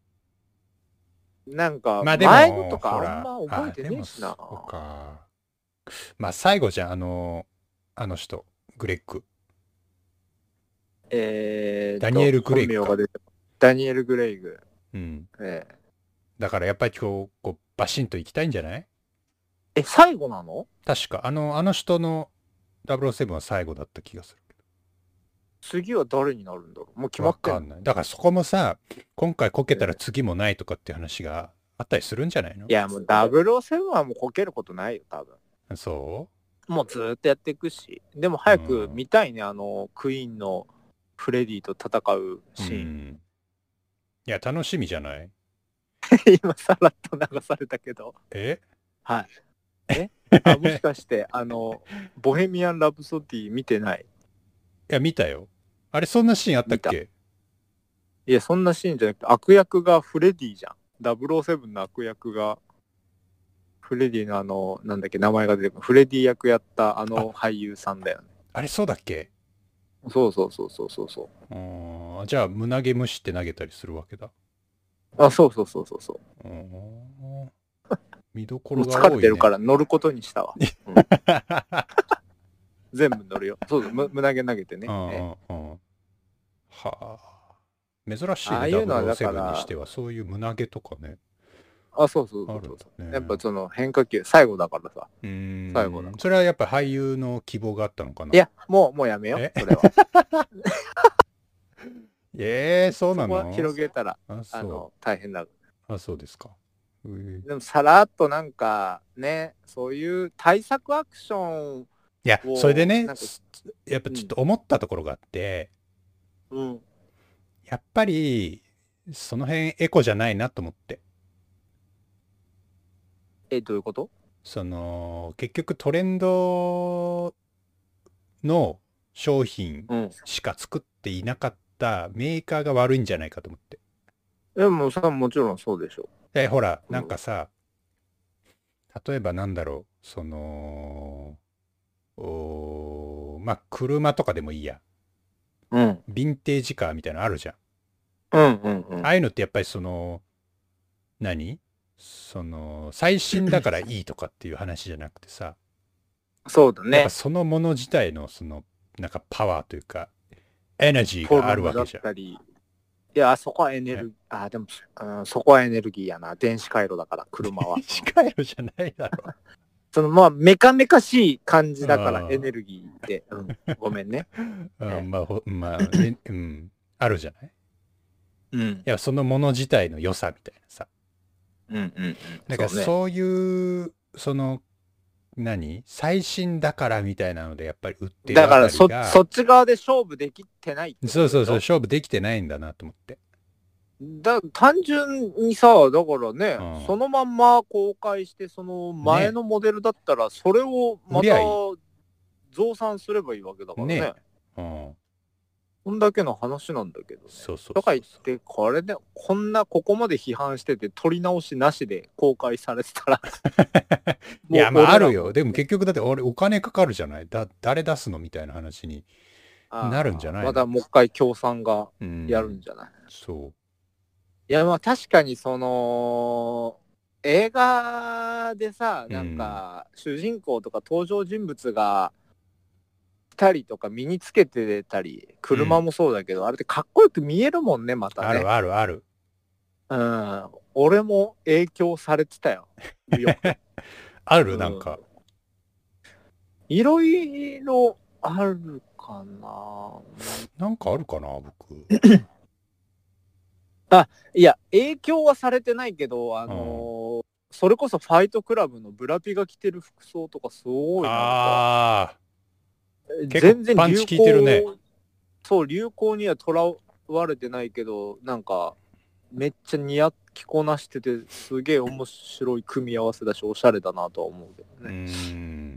[SPEAKER 2] なんか
[SPEAKER 1] まあでも、
[SPEAKER 2] 前のとか
[SPEAKER 1] ほら
[SPEAKER 2] あんま覚えてねえしな。
[SPEAKER 1] あでもそうか。まあ最後じゃん、あの、あの人、グレッグ。
[SPEAKER 2] えーと、
[SPEAKER 1] ダニエルグレイグか
[SPEAKER 2] 本名が出てダニエル・グレイグ。
[SPEAKER 1] うん。
[SPEAKER 2] えー
[SPEAKER 1] だからやっぱり今日、こう、バシンと行きたいんじゃない？
[SPEAKER 2] え、最後なの？
[SPEAKER 1] 確か、あの、あの人のダブルオーセブンは最後だった気がする。
[SPEAKER 2] 次は誰になるんだろう？もう決ま
[SPEAKER 1] わ
[SPEAKER 2] ってんの？
[SPEAKER 1] かんない。だからそこもさ、今回こけたら次もないとかっていう話があったりするんじゃないの？
[SPEAKER 2] いやもうダブルオーセブンはもうこけることないよ、多分。
[SPEAKER 1] そ
[SPEAKER 2] もうずーっとやっていくし。でも早く見たいね、あの、クイーンのフレディと戦う
[SPEAKER 1] う
[SPEAKER 2] シーン。
[SPEAKER 1] ん。いや、楽しみじゃない？
[SPEAKER 2] 今さらっと流されたけど。
[SPEAKER 1] え
[SPEAKER 2] はい。えあ、もしかして、あの、ボヘミアン・ラブソディ見てない？
[SPEAKER 1] いや、見たよ。あれ、そんなシーンあったっけ？
[SPEAKER 2] いや、そんなシーンじゃなくて、悪役がフレディじゃん。ダブルオーセブンの悪役が、フレディのあの、なんだっけ、名前が出てくる。フレディ役やったあの俳優さんだよね。
[SPEAKER 1] あれ、そうだっけ？
[SPEAKER 2] そうそうそうそうそうそう。
[SPEAKER 1] うーん。じゃあ、胸毛むしって投げたりするわけだ。
[SPEAKER 2] あ、そうそうそうそうそう。
[SPEAKER 1] うーん。見どこ
[SPEAKER 2] もう
[SPEAKER 1] ろが多いね。
[SPEAKER 2] 疲れてるから乗ることにしたわ。うん全部乗るよ。そうそう、む胸毛投げてね。
[SPEAKER 1] うんう
[SPEAKER 2] え
[SPEAKER 1] んうん。はあ。珍しいね、
[SPEAKER 2] ああいうのはだから
[SPEAKER 1] ダブルオーセブンにしては、そういう胸毛とかね。
[SPEAKER 2] あ、そうそうそ
[SPEAKER 1] あ
[SPEAKER 2] うそうそう、
[SPEAKER 1] るんだね。
[SPEAKER 2] やっぱその変化球、最後だからさ。
[SPEAKER 1] うーん。
[SPEAKER 2] 最後だ
[SPEAKER 1] それはやっぱ俳優の希望があったのかな？
[SPEAKER 2] いや、もう、もうやめよう、
[SPEAKER 1] え
[SPEAKER 2] それは。
[SPEAKER 1] えー、そうなの？
[SPEAKER 2] そこは広げたら、
[SPEAKER 1] あ、
[SPEAKER 2] あ
[SPEAKER 1] そ
[SPEAKER 2] の、大変だ。
[SPEAKER 1] う。あ、そうですか。うー
[SPEAKER 2] でも、さらっとなんか、ね、そういう対策アクション
[SPEAKER 1] いや、
[SPEAKER 2] を
[SPEAKER 1] それでね
[SPEAKER 2] なんか、
[SPEAKER 1] やっぱちょっと思ったところがあって、
[SPEAKER 2] うん。
[SPEAKER 1] やっぱり、その辺エコじゃないなと思って。
[SPEAKER 2] え、どういうこと？
[SPEAKER 1] その、結局トレンドの商品
[SPEAKER 2] うん。
[SPEAKER 1] しか作っていなかったメーカーが悪いんじゃないかと思って。
[SPEAKER 2] でもさ、もちろんそうでしょ
[SPEAKER 1] で、ほら、
[SPEAKER 2] うん
[SPEAKER 1] なんかさ、例えばなんだろう、その、おーまあ、車とかでもいいや。
[SPEAKER 2] う。うん。
[SPEAKER 1] ヴィンテージカーみたいなのあるじゃん。
[SPEAKER 2] うんうんうん。
[SPEAKER 1] ああいうのってやっぱりその、何その、最新だからいいとかっていう話じゃなくてさ、
[SPEAKER 2] そうだね
[SPEAKER 1] やっぱ。そのもの自体のその、なんかパワーというか、エナジー
[SPEAKER 2] フォ
[SPEAKER 1] があ
[SPEAKER 2] ルムだっ
[SPEAKER 1] るわけじゃん。
[SPEAKER 2] たり。いや、そこはエネルギー、あ、でも、うん、そこはエネルギーやな。電子回路だから、車は。
[SPEAKER 1] 視回路じゃないだろ。
[SPEAKER 2] その、まあ、メカメカしい感じだから
[SPEAKER 1] あ、ー
[SPEAKER 2] エネルギーって。うん。ごめんね。
[SPEAKER 1] うん、まあ、ほまあ、えうん、あるじゃない。
[SPEAKER 2] うん。
[SPEAKER 1] いや、そのもの自体の良さみたいなさ。
[SPEAKER 2] うんうんうん。
[SPEAKER 1] だから
[SPEAKER 2] そうね。
[SPEAKER 1] そういう、その、何最新だからみたいなのでやっぱり売ってる
[SPEAKER 2] だからそ、
[SPEAKER 1] あたりが、
[SPEAKER 2] そっち側で勝負できてないってこと
[SPEAKER 1] そうそうそう、
[SPEAKER 2] でしょ。
[SPEAKER 1] 勝負できてないんだなと思って。
[SPEAKER 2] だ単純にさ、だからね、
[SPEAKER 1] うん
[SPEAKER 2] そのまんま公開して、その前のモデルだったら、それをまた
[SPEAKER 1] 売りゃいい
[SPEAKER 2] 増産すればいいわけだからね。
[SPEAKER 1] ね。うん。
[SPEAKER 2] こんだけの話なんだけどね。
[SPEAKER 1] そうそうそうそう。
[SPEAKER 2] とか言って、これで、こんな、ここまで批判してて、撮り直しなしで公開されてたら。
[SPEAKER 1] いや、まああるよ。でも
[SPEAKER 2] 結
[SPEAKER 1] 結局だって俺お金かかるじゃない。だ、誰出すのみたいな話になるんじゃないの？
[SPEAKER 2] またもう一回協賛が
[SPEAKER 1] うん
[SPEAKER 2] やるんじゃない、
[SPEAKER 1] そ
[SPEAKER 2] いや、まあ確かにその、映画でさ、なんか、主人公とか登場人物が、たりとか身につけてたり、車もそうだけど、あれってかっこよく見えるもんね、ま
[SPEAKER 1] う。
[SPEAKER 2] たね。
[SPEAKER 1] あるあるある。
[SPEAKER 2] うん。俺も影響されてたよ。よく
[SPEAKER 1] あるなんか。
[SPEAKER 2] いろいろあるかな。
[SPEAKER 1] なんかあるかな、僕。
[SPEAKER 2] あ、いや、影響はされてないけど、あのーうん、それこそファイトクラブのブラピが着てる服装とかすごいなんか。ああ。全然流行、ね、そう、流行にはとらわれてないけど、なんか、めっちゃ似合着こなしてて、すげえ面白い組み合わせだし、おしゃれだなとは思うけどね。うん。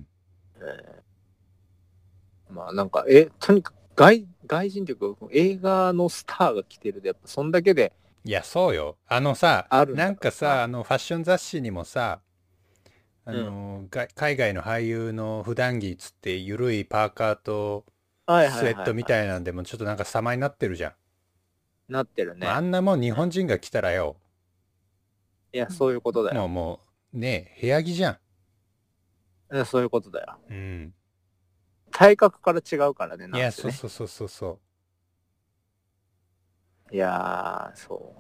[SPEAKER 2] えー、まあなんか、え、とにかく外、外人というか、映画のスターが着てるで、やっぱそんだけで。
[SPEAKER 1] いや、そうよ。あのさ、なんかさ、あの、ファッション雑誌にもさ、あの、うん、海外の俳優の普段着つってゆるいパーカーとスウェットみたいなんでもちょっとなんか様になってるじゃん。
[SPEAKER 2] なってるね。
[SPEAKER 1] あんなもん日本人が着たらよ。
[SPEAKER 2] いや、そういうことだよ。
[SPEAKER 1] もうもう、ねえ、部屋着じゃ
[SPEAKER 2] ん。いや、そういうことだよ。
[SPEAKER 1] うん。
[SPEAKER 2] 体格から違うからね、なん
[SPEAKER 1] ね。いや、そうそうそうそうそう。
[SPEAKER 2] いやー、そう。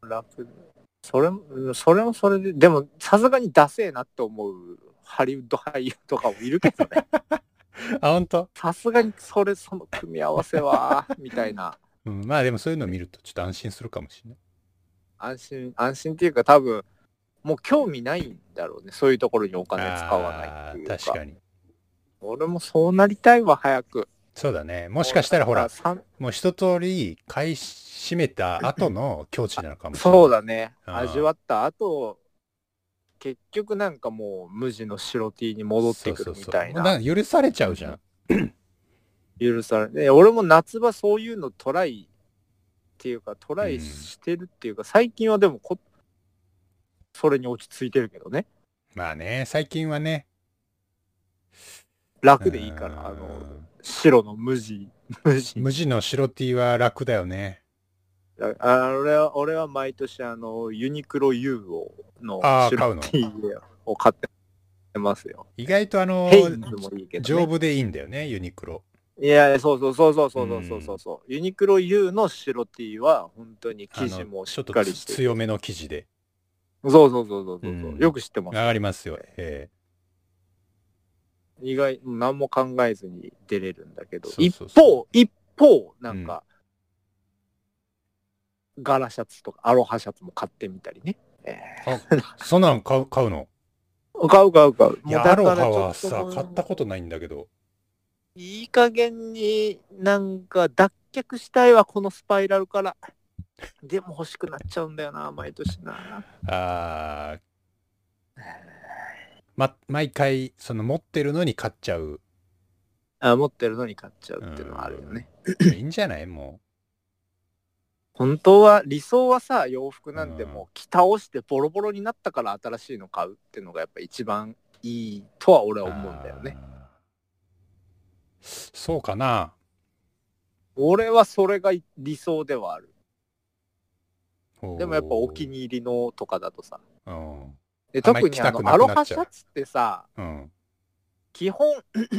[SPEAKER 2] 楽。それも、それもそれで、でも、さすがにダセえなって思うハリウッド俳優とかもいるけどね。
[SPEAKER 1] あ、ほんと？
[SPEAKER 2] さすがにそれ、その組み合わせは、みたいな。
[SPEAKER 1] うん、まあでもそういうのを見るとちょっと安心するかもしれない。
[SPEAKER 2] 安心、安心っていうか多分、もう興味ないんだろうね。そういうところにお金使わないっていうか。
[SPEAKER 1] 確かに。
[SPEAKER 2] 俺もそうなりたいわ、早く。
[SPEAKER 1] そうだね。もしかしたらほら、もう一通り買い占めた後の境地なのかもしれない。
[SPEAKER 2] そうだね。味わった後、結局なんかもう無地の白 T に戻ってくるみたいな。
[SPEAKER 1] そうそうそう。許されちゃうじゃん。
[SPEAKER 2] 許されて、俺も夏場そういうのトライっていうか、トライしてるっていうか、うん、最近はでもこ、それに落ち着いてるけどね。
[SPEAKER 1] まあね、最近はね。
[SPEAKER 2] 楽でいいから、あの、白の無地、
[SPEAKER 1] 無地。無地の白 T は楽だよね。
[SPEAKER 2] あ俺は、俺は毎年あの、ユニクロ U を、の白 T を買ってますよ。
[SPEAKER 1] 意外とあの、
[SPEAKER 2] ヘインズもいいけど、ね、
[SPEAKER 1] 丈夫でいいんだよね、ユニクロ。
[SPEAKER 2] いや、そうそうそうそうそうそうそうそう、うん、ユニクロ U の白 T は本当に生地もしっかりして
[SPEAKER 1] ちょっと強めの生地で。
[SPEAKER 2] そうそうそうそうそう、うん、よく知ってます。
[SPEAKER 1] 上がりますよ。え
[SPEAKER 2] ー、意外、何も考えずに出れるんだけど、そうそうそう、一方、一方、なんか、うん、柄シャツとかアロハシャツも買ってみたりね。
[SPEAKER 1] えー、そんなの買う、買うの？
[SPEAKER 2] 買う買う買う。
[SPEAKER 1] いや、アロハはさ、買ったことないんだけど。
[SPEAKER 2] いい加減になんか脱却したいわ、このスパイラルから。でも欲しくなっちゃうんだよな、毎年な。
[SPEAKER 1] あー。ま、毎回、その持ってるのに買っちゃう。
[SPEAKER 2] あ、持ってるのに買っちゃうっていうのはあるよね。
[SPEAKER 1] いいんじゃないもう。
[SPEAKER 2] 本当は、理想はさ、洋服なんてもう着倒してボロボロになったから新しいの買うっていうのがやっぱ一番いいとは俺は思うんだよね。
[SPEAKER 1] そうかな。
[SPEAKER 2] 俺はそれが理想ではある。でもやっぱお気に入りのとかだとさ。で特にあのアロハシャツってさ、うん、基本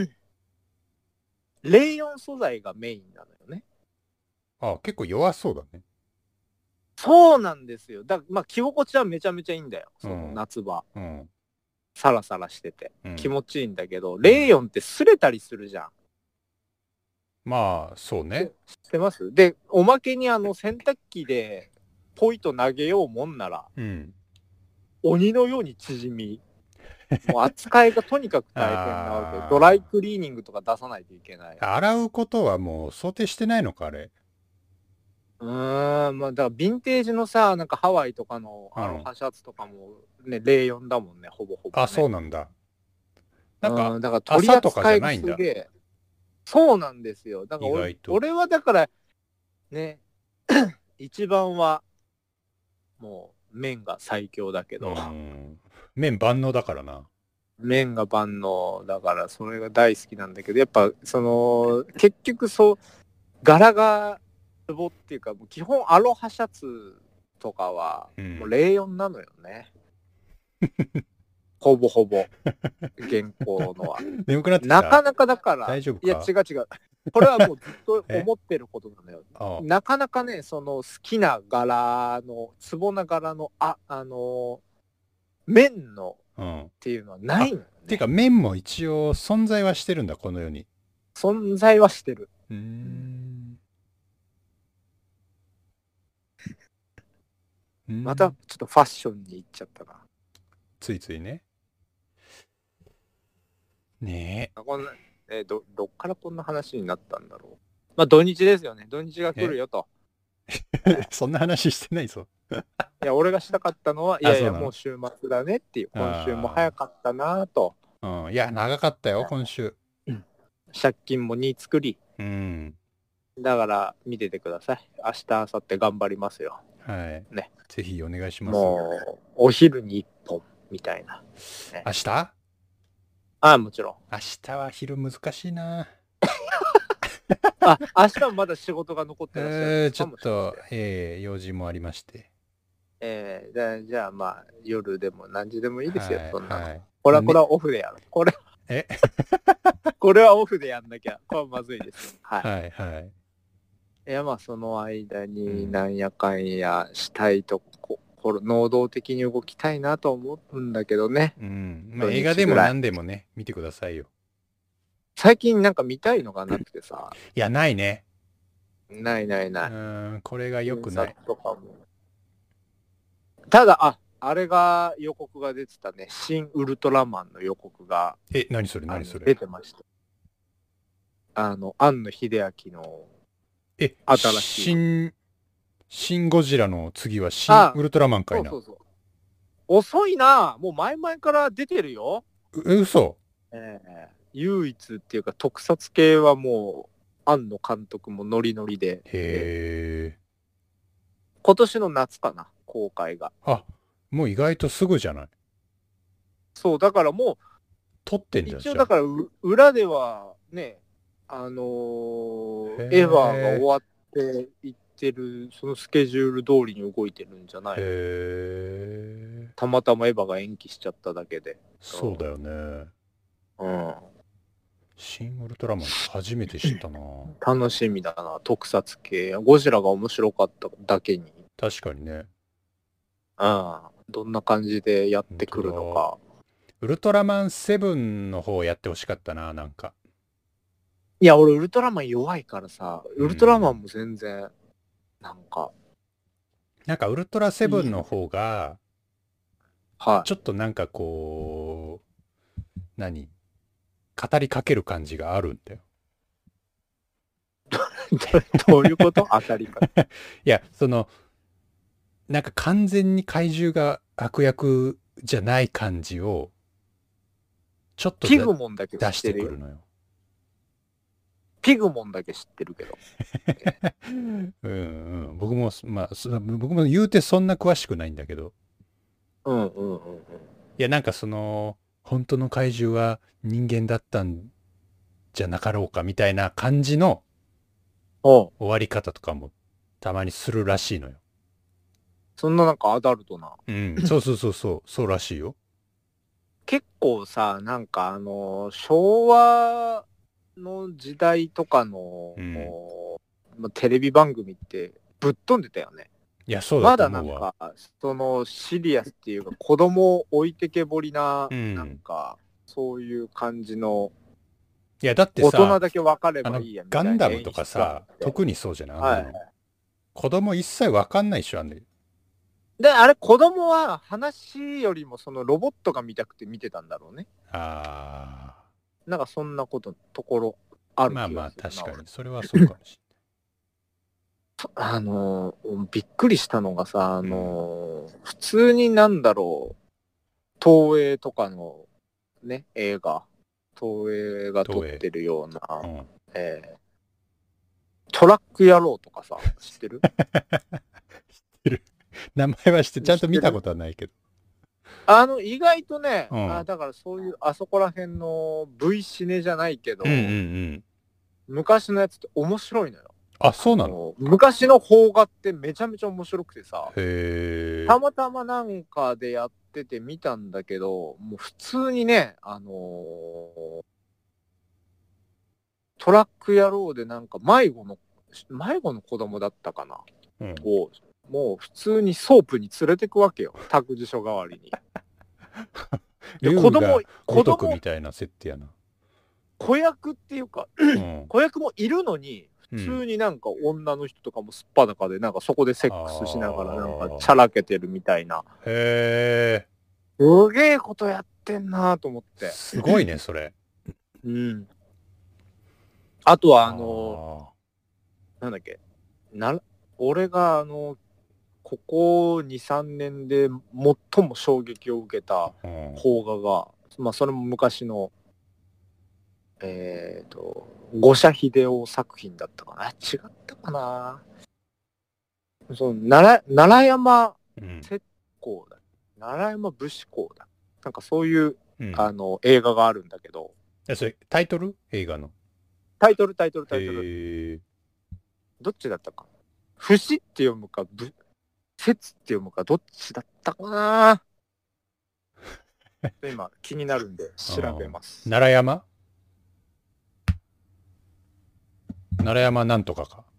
[SPEAKER 2] レーヨン素材がメインなのよね。
[SPEAKER 1] ああ、結構弱そうだね。
[SPEAKER 2] そうなんですよ。だまあ着心地はめちゃめちゃいいんだよ。その夏場。うん、サラサラしてて、うん、気持ちいいんだけど、レーヨンって擦れたりするじゃん。
[SPEAKER 1] まあ、そうね。
[SPEAKER 2] 知ってます？で、おまけにあの洗濯機でポイと投げようもんなら、うん、鬼のように縮み、もう扱いがとにかく大変なわけ。ドライクリーニングとか出さないといけない。
[SPEAKER 1] 洗うことはもう想定してないのか、あれ。
[SPEAKER 2] うーん、まあだからヴィンテージのさ、なんかハワイとかのアロハシャツとかもね、うん、レーヨンだもんね、ほぼほぼ、ね。
[SPEAKER 1] あ、そうなんだ。
[SPEAKER 2] なんか、うん、だから取り扱いがすげえ。そうなんですよ。だから 俺, 俺はだからね一番はもう麺が最強だけど、うん、
[SPEAKER 1] 麺万能だからな。
[SPEAKER 2] 麺が万能だからそれが大好きなんだけど、やっぱその結局そう柄がツボっていうか、もう基本アロハシャツとかはもうレーヨンなのよね。うんほぼほぼ現行のは
[SPEAKER 1] 眠くなってきた。
[SPEAKER 2] なかなかだから
[SPEAKER 1] 大丈夫か？
[SPEAKER 2] いや違う違うこれはもうずっと思ってることなのよ。
[SPEAKER 1] ああ
[SPEAKER 2] なかなかね、その好きな柄の、ツボな柄の、あ、あのー麺の
[SPEAKER 1] うん。
[SPEAKER 2] っていうのはないのよね。
[SPEAKER 1] ていうか、麺も一応存在はしてるんだ、この世に。
[SPEAKER 2] 存在はしてる。
[SPEAKER 1] うーん。うん
[SPEAKER 2] またちょっとファッションに行っちゃったな。
[SPEAKER 1] ついついね。ね
[SPEAKER 2] あこんなえーど、どっからこんな話になったんだろう。まあ土日ですよね。土日が来るよと。
[SPEAKER 1] え。そんな話してないぞ。
[SPEAKER 2] いや、俺がしたかったのは、い
[SPEAKER 1] あそうなの
[SPEAKER 2] やいや、もう週末だねっていう、今週も早かったなと。
[SPEAKER 1] うん。いや、長かったよ、今週。
[SPEAKER 2] 借金もに作り、
[SPEAKER 1] うん。
[SPEAKER 2] だから見ててください。明日、明後日頑張りますよ。
[SPEAKER 1] はい。
[SPEAKER 2] ね。
[SPEAKER 1] ぜひお願いします。
[SPEAKER 2] もう、お昼に一本みたいな。ね
[SPEAKER 1] 明日
[SPEAKER 2] ああ、もちろん。
[SPEAKER 1] 明日は昼難しいな。
[SPEAKER 2] あ、明日もまだ仕事が残ってらっしゃるん
[SPEAKER 1] えー、
[SPEAKER 2] ですか
[SPEAKER 1] ちょっと、えー、用事もありまして。
[SPEAKER 2] えー、じゃじゃあまあ、夜でも何時でもいいですよ、
[SPEAKER 1] はい
[SPEAKER 2] そんなの。
[SPEAKER 1] はい。
[SPEAKER 2] これは、これはオフでやる。これ、
[SPEAKER 1] え
[SPEAKER 2] これはオフでやんなきゃ、これはまずいですよ。はい。
[SPEAKER 1] はいはい。
[SPEAKER 2] いや、まあ、その間に
[SPEAKER 1] うん
[SPEAKER 2] なんやかんやしたいとこ、こ能動的に動きたいなと思うんだけどね。
[SPEAKER 1] うん。まあ、
[SPEAKER 2] 土日
[SPEAKER 1] 映画でも
[SPEAKER 2] ぐらい
[SPEAKER 1] 何でもね、見てくださいよ。
[SPEAKER 2] 最近なんか見たいのがなくてさ、
[SPEAKER 1] いや、ないね。
[SPEAKER 2] ないないうない。
[SPEAKER 1] ん、これが良くない
[SPEAKER 2] 原。作とかもただ、あ、あれが予告が出てたね。新ウルトラマンの予告が
[SPEAKER 1] え、何それ
[SPEAKER 2] あの
[SPEAKER 1] 何それ
[SPEAKER 2] 出てました。あの、庵野秀明の
[SPEAKER 1] え、
[SPEAKER 2] 新しい。
[SPEAKER 1] 新、新ゴジラの次は新
[SPEAKER 2] あ
[SPEAKER 1] ウルトラマンかいな。
[SPEAKER 2] そうそうそう。遅いな。もう前々から出てるよ。
[SPEAKER 1] え、嘘
[SPEAKER 2] ええ唯一っていうか特撮系はもう庵野監督もノリノリで、
[SPEAKER 1] へえ。
[SPEAKER 2] 今年の夏かな公開が。
[SPEAKER 1] あ、もう意外とすぐじゃない。
[SPEAKER 2] そうだからも
[SPEAKER 1] 撮ってん
[SPEAKER 2] う
[SPEAKER 1] じゃん、じゃあ。
[SPEAKER 2] 一応だからう裏ではねあのー
[SPEAKER 1] へー
[SPEAKER 2] エヴァが終わっていってるそのスケジュール通りに動いてるんじゃないの
[SPEAKER 1] へえ。
[SPEAKER 2] たまたまエヴァが延期しちゃっただけで。
[SPEAKER 1] そうだよね。
[SPEAKER 2] うん
[SPEAKER 1] 新ウルトラマン初めて知ったな。
[SPEAKER 2] 楽しみだな特撮系。ゴジラが面白かっただけに。
[SPEAKER 1] 確かにね。
[SPEAKER 2] うんどんな感じでやってくるのか。
[SPEAKER 1] ウルトラマンセブンの方やってほしかったな、なんか。
[SPEAKER 2] いや、俺、ウルトラマン弱いからさ、
[SPEAKER 1] うん
[SPEAKER 2] ウルトラマンも全然、なんか、
[SPEAKER 1] なんかウルトラセブンの方が、
[SPEAKER 2] は
[SPEAKER 1] ちょっとなんかこう、何語りかける感じがあるんだよ。
[SPEAKER 2] い。どういうこと当たりか。
[SPEAKER 1] いや、その、なんか完全に怪獣が悪役じゃない感じを、ちょっと
[SPEAKER 2] ピグモンだけ
[SPEAKER 1] 出し
[SPEAKER 2] 知ってるよ
[SPEAKER 1] てくるのよ。
[SPEAKER 2] ピグモンだけ知ってるけど。
[SPEAKER 1] うんうん。僕も、まあ、そ僕も言うてそんな詳しくないんだけど。
[SPEAKER 2] うんうんうんうん。
[SPEAKER 1] いや、なんかその、本当の怪獣は人間だったんじゃなかろうかみたいな感じの
[SPEAKER 2] おう
[SPEAKER 1] 終わり方とかもたまにするらしいのよ。
[SPEAKER 2] そんななんかアダルトな。
[SPEAKER 1] うん。そうそうそうそう。そうらしいよ。
[SPEAKER 2] 結構さ、なんかあの、昭和の時代とかの、
[SPEAKER 1] うん
[SPEAKER 2] まあテレビ番組ってぶっ飛んでたよね。
[SPEAKER 1] いや、そうだ
[SPEAKER 2] まだなん
[SPEAKER 1] と思うわ。
[SPEAKER 2] か、そのシリアスっていうか、子供を置いてけぼりな、
[SPEAKER 1] うん
[SPEAKER 2] なんか、そういう感じの、
[SPEAKER 1] いや、だって
[SPEAKER 2] 大人
[SPEAKER 1] さ、
[SPEAKER 2] だけ分かれ
[SPEAKER 1] あの
[SPEAKER 2] ばいいやみたいな
[SPEAKER 1] ガンダムとかさ、
[SPEAKER 2] 演出があって
[SPEAKER 1] 特にそうじゃない、
[SPEAKER 2] はい
[SPEAKER 1] あんなの子供一切わかんないでしょ、あんなの。
[SPEAKER 2] で、あれ、子供は話よりもそのロボットが見たくて見てたんだろうね。
[SPEAKER 1] あ
[SPEAKER 2] なんかそんなこと、ところあ
[SPEAKER 1] あ。
[SPEAKER 2] る気
[SPEAKER 1] まあまあ、
[SPEAKER 2] がするな。
[SPEAKER 1] 確かに。それはそうかもし
[SPEAKER 2] あのー、びっくりしたのがさ、あのー、普通になんだろう、東映とかのね、映画、東映が撮ってるような、
[SPEAKER 1] れない。うん。
[SPEAKER 2] えートラック野郎とかさ、知ってる
[SPEAKER 1] 名前は知って、ちゃんと見たことはないけど。
[SPEAKER 2] あの、意外とね、
[SPEAKER 1] うん
[SPEAKER 2] あだからそういう、あそこら辺の V シネじゃないけど、
[SPEAKER 1] うんうんうん。
[SPEAKER 2] 昔のやつって面白いのよ。
[SPEAKER 1] あ、そうなの？
[SPEAKER 2] あの昔の邦画ってめちゃめちゃ面白くてさ、
[SPEAKER 1] へえ。
[SPEAKER 2] たまたまなんかでやってて見たんだけど、もう普通にね、あのートラック野郎でなんか迷子の、迷子の子供だったかな、うん、を、もう普通にソープに連れてくわけよ。託児所代わりに。
[SPEAKER 1] で子供、子供みたいな設定やな。
[SPEAKER 2] 子役っていうか、うん、子役もいるのに、普通になんか女の人とかもすっぱだかで、なんかそこでセックスしながらなんかチャラけてるみたいな。
[SPEAKER 1] へ
[SPEAKER 2] ー。すげえことやってんなと思って。
[SPEAKER 1] すごいね、それ。
[SPEAKER 2] うん。あとはあのー、なんだっけ、な、俺があの、ここに、さんねんで最も衝撃を受けた邦画が、うん、まあそれも昔の、えっ、ー、と、五社秀夫作品だったかな。違ったかな。その奈良、奈良山鉄工だ、うん、奈良山武士工だ。なんかそういう、うん、あの映画があるんだけど。
[SPEAKER 1] え、それタイトル？映画の。
[SPEAKER 2] タイトルタイトルタイトル。どっちだったか。不死って読むか、ぶ、節って読むか、どっちだったかな。今気になるんで調べます。
[SPEAKER 1] 奈良山？奈良山なんとかか。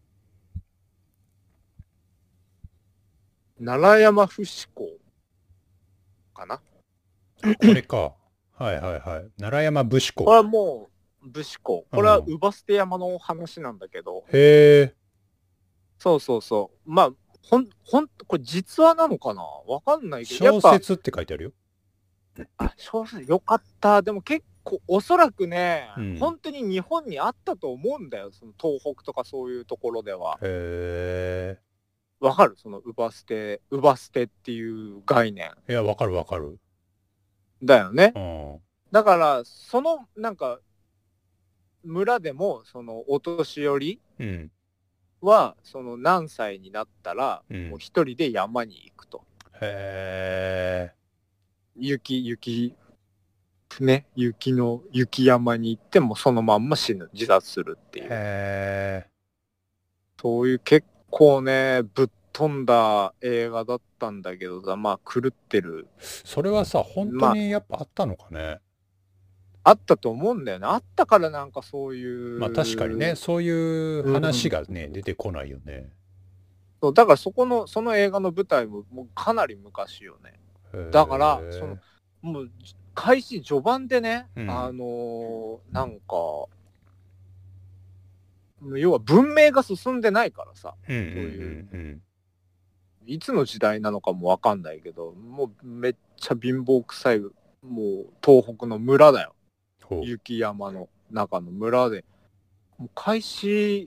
[SPEAKER 2] 奈良山不死工かな。
[SPEAKER 1] これか。はいはいはい。奈良山武士工。
[SPEAKER 2] これはもう武士工。これは姥捨山の話なんだけど。
[SPEAKER 1] へえ。
[SPEAKER 2] そうそうそう。まあ、ほん、ほん、これ実話なのかなわかんないけど。
[SPEAKER 1] 小説って書いてあるよ。
[SPEAKER 2] あ、小説よかった。でも結構、おそらくね、うん、本当に日本にあったと思うんだよ。その東北とかそういうところでは。
[SPEAKER 1] へえ。
[SPEAKER 2] わかる？その姥捨て、姥捨てっていう概念。
[SPEAKER 1] いや、わかるわかる。
[SPEAKER 2] だよね。
[SPEAKER 1] うん、
[SPEAKER 2] だから、その、なんか、村でも、その、お年寄りは、うん、その、何歳になったら、うん、もう一人で山に行くと。
[SPEAKER 1] へえ。
[SPEAKER 2] 雪、雪、ね、雪の、雪山に行ってもそのまんま死ぬ、自殺するっていう。
[SPEAKER 1] へー。
[SPEAKER 2] そういう結構ね、ぶっ飛んだ映画だったんだけどさ、まあ狂ってる。
[SPEAKER 1] それはさ、本当にやっぱあったのかね。
[SPEAKER 2] まあ、あったと思うんだよね。あったからなんかそういう。
[SPEAKER 1] まあ確かにね、そういう話がね、うん、出てこないよね。
[SPEAKER 2] そうだからそこの、その映画の舞台ももうかなり昔よね。だから、その、もう、開始序盤でね、うん、あのー、なんか、要は文明が進んでないからさ、そういう、いつの時代なのかもわかんないけど、もうめっちゃ貧乏くさい、もう東北の村だよ。雪山の中の村で。もう開始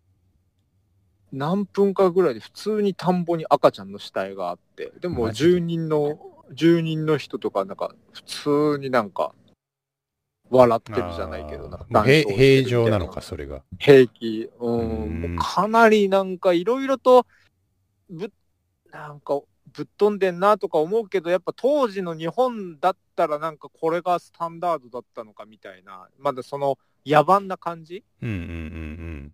[SPEAKER 2] 何分かぐらいで普通に田んぼに赤ちゃんの死体があって、でも住人の、住人の人とかなんか普通になんか、笑ってるじゃないけど、なんか
[SPEAKER 1] 平常なのか、それが。
[SPEAKER 2] 平気。うん。うんもうかなりなんかいろいろと、ぶ、なんかぶっ飛んでんなとか思うけど、やっぱ当時の日本だったらなんかこれがスタンダードだったのかみたいな、まだその野蛮な感じ。
[SPEAKER 1] うんうんうんうん。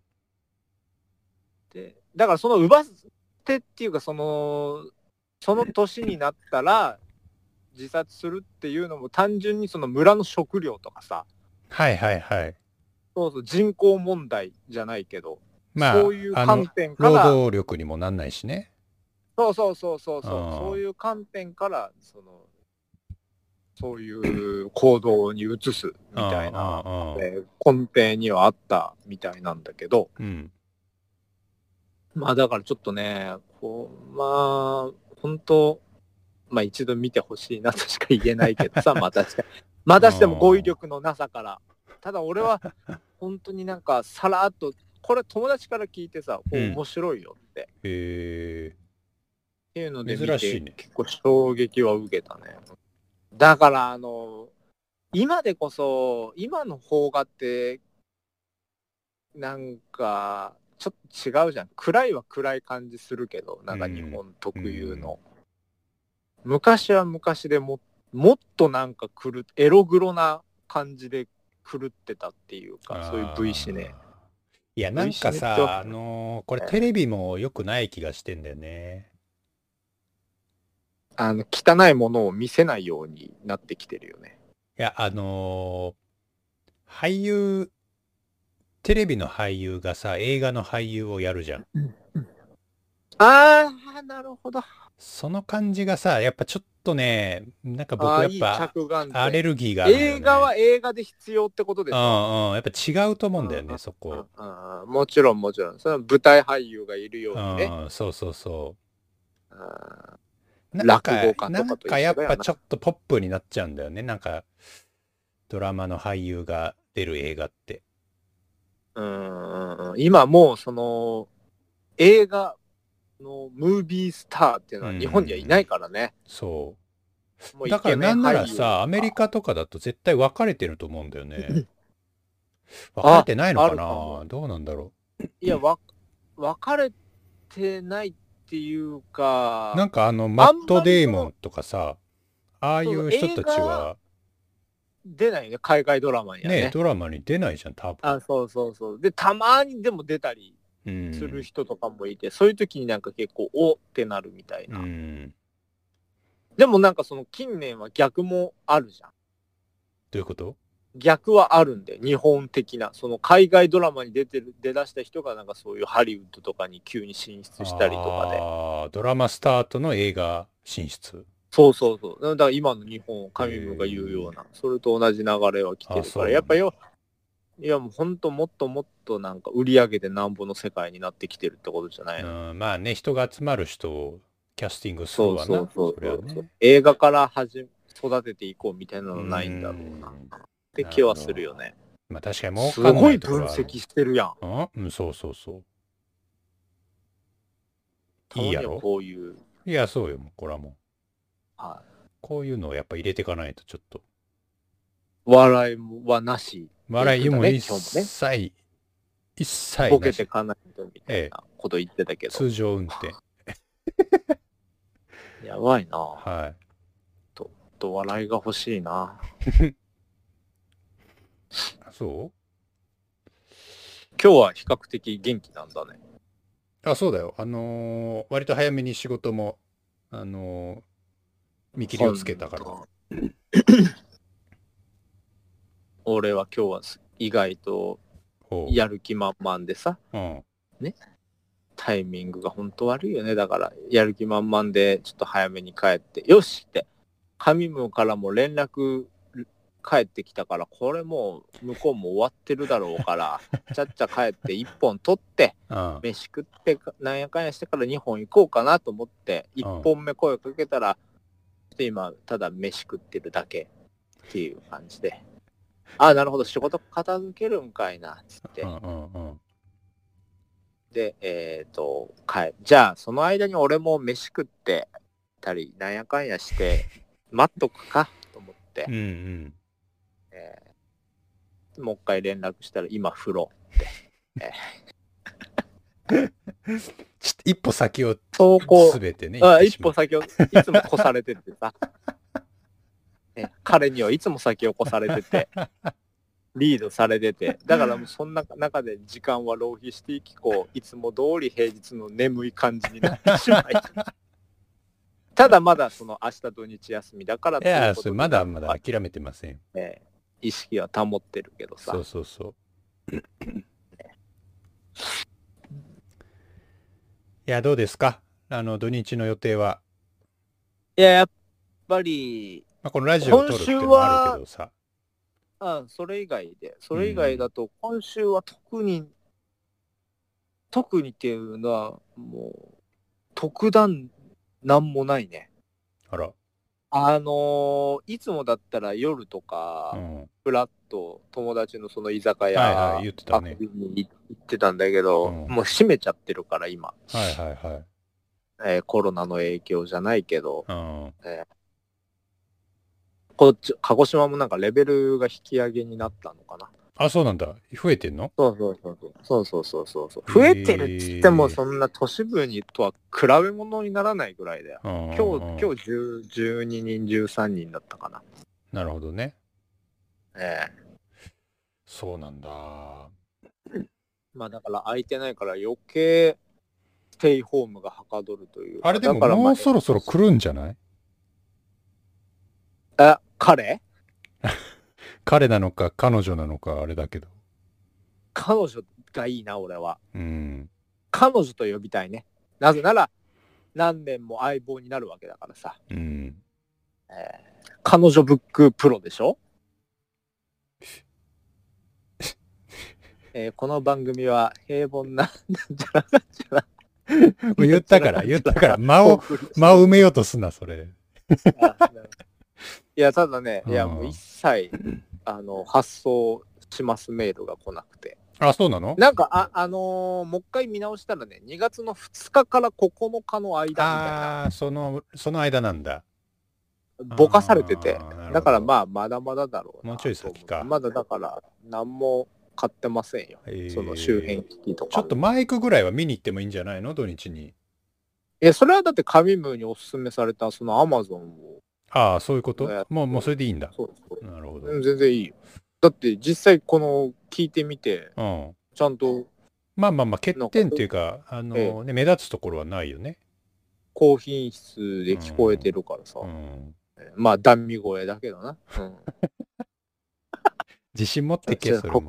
[SPEAKER 2] で、だからその奪ってっていうか、その、その年になったら、自殺するっていうのも単純にその村の食料とかさ、
[SPEAKER 1] はいはいはい。
[SPEAKER 2] そうそう人口問題じゃないけど、
[SPEAKER 1] まあ、
[SPEAKER 2] そういう観点から
[SPEAKER 1] 労働力にもなんないしね。
[SPEAKER 2] そうそうそうそうそうそういう観点からそのそういう行動に移すみたいな、えー、根底にはあったみたいなんだけど、うん、まあだからちょっとねこうまあ本当まあ一度見てほしいなとしか言えないけどさ、またして、またしても語彙力のなさから。ただ俺は本当になんかさらっと、これ友達から聞いてさ、うん、面白いよって。へー。っていうので見て、ね、結構衝撃は受けたね。だからあの、今でこそ、今の邦画って、なんか、ちょっと違うじゃん。暗いは暗い感じするけど、なんか日本特有の。うんうん昔は昔でももっとなんか狂っエログロな感じで狂ってたっていうかそういう V シネ。
[SPEAKER 1] いやなんかさあのー、これテレビも良くない気がしてんだよね。
[SPEAKER 2] あの汚いものを見せないようになってきてるよね。
[SPEAKER 1] いやあのー、俳優テレビの俳優がさ、映画の俳優をやるじゃん。
[SPEAKER 2] うんうん、ああ、なるほど。
[SPEAKER 1] その感じがさ、やっぱちょっとね、なんか僕やっぱアレルギーがあるんだよね。
[SPEAKER 2] 映画は映画で必要ってことでしょ。
[SPEAKER 1] うんうん。やっぱ違うと思うんだよね、
[SPEAKER 2] うん、
[SPEAKER 1] そこ。
[SPEAKER 2] うんうん、もちろんもちろん。それは舞台俳優がいるようにね。
[SPEAKER 1] うん、そうそうそう。
[SPEAKER 2] うん、落語家とかと
[SPEAKER 1] なんかやっぱちょっとポップになっちゃうんだよね。なんかドラマの俳優が出る映画って。
[SPEAKER 2] うん、今もうその映画のムービースターっていうのは日本にはいないからね。
[SPEAKER 1] うん、そう。
[SPEAKER 2] もう
[SPEAKER 1] だからなんならさ、アメリカとかだと絶対分かれてると思うんだよね。分かれてないのかな、かどうなんだろ
[SPEAKER 2] う。いや、わ、分かれてないっていうか。
[SPEAKER 1] なんかあの、マット・デーモンとかさ、ああいう人たちは。
[SPEAKER 2] 出ないね、海外ドラマにはね。
[SPEAKER 1] ね、ドラマに出ないじゃん、多分。
[SPEAKER 2] あ、そうそうそう。で、たまにでも出たりする人とかもいて、うん、そういう時になんか結構、おってなるみたいな。うん、でもなんかその近年は逆もあるじゃん。
[SPEAKER 1] どういうこと？
[SPEAKER 2] 逆はあるんで、日本的な。その海外ドラマに出てる、出だした人がなんかそういうハリウッドとかに急に進出したりとかで。
[SPEAKER 1] ああ、ドラマスタートの映画進出。
[SPEAKER 2] そうそうそう。だから今の日本、上村が言うような、それと同じ流れは来てるから、やっぱよ、いやもう本当もっともっとなんか売り上げでなんぼの世界になってきてるってことじゃないの？
[SPEAKER 1] うん、まあね、人が集まる人をキャスティングするわな。
[SPEAKER 2] そうそうそうそう、
[SPEAKER 1] ね、
[SPEAKER 2] 映画からはじ育てていこうみたいなのないんだろうなって気はするよね。
[SPEAKER 1] まあ確かに儲かんないところは
[SPEAKER 2] すごい分析してるやん。
[SPEAKER 1] うん、そうそうそう。
[SPEAKER 2] いいやろこういう。
[SPEAKER 1] いや、そうよ、これはもう。
[SPEAKER 2] はい。
[SPEAKER 1] こういうのをやっぱ入れていかないとちょっと。
[SPEAKER 2] 笑いはなし、
[SPEAKER 1] ね。笑いも一切、ね、一切
[SPEAKER 2] ボケてかないとみたいなこと言ってたけど。
[SPEAKER 1] ええ、通常運転。
[SPEAKER 2] やばいな。
[SPEAKER 1] はい。
[SPEAKER 2] と、と笑いが欲しいな。
[SPEAKER 1] そう？
[SPEAKER 2] 今日は比較的元気なんだね。
[SPEAKER 1] あ、そうだよ。あのー、割と早めに仕事も、あのー、見切りをつけたから。
[SPEAKER 2] 俺は今日は意外とやる気満々でさ、うん、ね、タイミングが本当悪いよね。だからやる気満々でちょっと早めに帰ってよしって上村からも連絡帰ってきたから、これもう向こうも終わってるだろうからちゃっちゃ帰っていっぽん取って、うん、飯食ってなんやかんやしてからにほん行こうかなと思っていっぽんめ声をかけたら、うん、今ただ飯食ってるだけっていう感じで、ああなるほど仕事片付けるんかいなっつって、うんうんうん、でえっ、ー、と帰じゃあその間に俺も飯食ってたりなんやかんやして待っとくかと思って、うんうんえー、もう一回連絡したら今風呂って、
[SPEAKER 1] えー、ちょっと一歩先を全てね
[SPEAKER 2] あ一歩先をいつも越されててさね、彼にはいつも先を越されててリードされてて、だからもうそんな中で時間は浪費していきこういつも通り平日の眠い感じになってしまいただまだその明日土日休みだから
[SPEAKER 1] いやそれまだまだ諦めてません、
[SPEAKER 2] えー、意識は保ってるけどさ、
[SPEAKER 1] そうそうそういやどうですかあの土日の予定は。
[SPEAKER 2] いややっぱり、
[SPEAKER 1] まあ、このラジオを撮るっていうのもあるけどさ、
[SPEAKER 2] あそれ以外でそれ以外だと今週は特に、うん、特にっていうのはもう特段なんもないね。
[SPEAKER 1] あら
[SPEAKER 2] あのー、いつもだったら夜とか、うん、フラッと友達のその居酒屋、はいはい、言ってたね、遊びに行ってたんだけど、うん、もう閉めちゃってるから今、
[SPEAKER 1] はいはいはい、
[SPEAKER 2] えー、コロナの影響じゃないけど、
[SPEAKER 1] うん
[SPEAKER 2] えー、こっち鹿児島もなんかレベルが引き上げになったのかな。
[SPEAKER 1] あ、そうなんだ。増えてんの？
[SPEAKER 2] そうそうそうそうそうそうそうそう。増えてるっつってもそんな都市部にとは比べ物にならないぐらいだよ。今日今日じゅう、じゅうににんじゅうさんにんだったかな。
[SPEAKER 1] なるほどね。
[SPEAKER 2] ええ。
[SPEAKER 1] そうなんだ。
[SPEAKER 2] まあだから空いてないから余計ステイホームがはかどるという。
[SPEAKER 1] あれでももうそろそろ来るんじゃない？
[SPEAKER 2] え、彼？
[SPEAKER 1] 彼なのか彼女なのかあれだけど。
[SPEAKER 2] 彼女がいいな、俺は。
[SPEAKER 1] うん。
[SPEAKER 2] 彼女と呼びたいね。なぜなら、何年も相棒になるわけだからさ。
[SPEAKER 1] うん。
[SPEAKER 2] えー、彼女ブックプロでしょえー、この番組は平凡な、なんちゃらなんちゃら。
[SPEAKER 1] もう言ったから、言ったから、間を、間を埋めようとすな、それ。
[SPEAKER 2] いや、ただね、いや、もう一切、あの、発送しますメールが来なくて。
[SPEAKER 1] あ、そうなの？
[SPEAKER 2] なんか、あ、あのー、もう一回見直したらね、にがつのふつかからここのかの間みたいな。
[SPEAKER 1] ああ、その、その間なんだ。
[SPEAKER 2] ぼかされてて。だからまあ、まだまだだろうな。
[SPEAKER 1] もうちょい先か。
[SPEAKER 2] まだだから、何も買ってませんよ。その周辺機器とか。
[SPEAKER 1] ちょっとマイクぐらいは見に行ってもいいんじゃないの？土日に。
[SPEAKER 2] え、それはだって神ムーにおすすめされたそのアマゾンを。
[SPEAKER 1] ああ、そういうこと？もう、もうそれでいいんだ。
[SPEAKER 2] そうそう。
[SPEAKER 1] なるほど。
[SPEAKER 2] 全然いいよ。だって実際この聞いてみて、
[SPEAKER 1] うん、
[SPEAKER 2] ちゃんと。
[SPEAKER 1] まあまあまあ、欠点っていうか、あの、ええ、ね、目立つところはないよね。
[SPEAKER 2] 高品質で聞こえてるからさ。うんうん、まあ、ダミ声だけどな。うん、
[SPEAKER 1] 自信持ってけ、それも。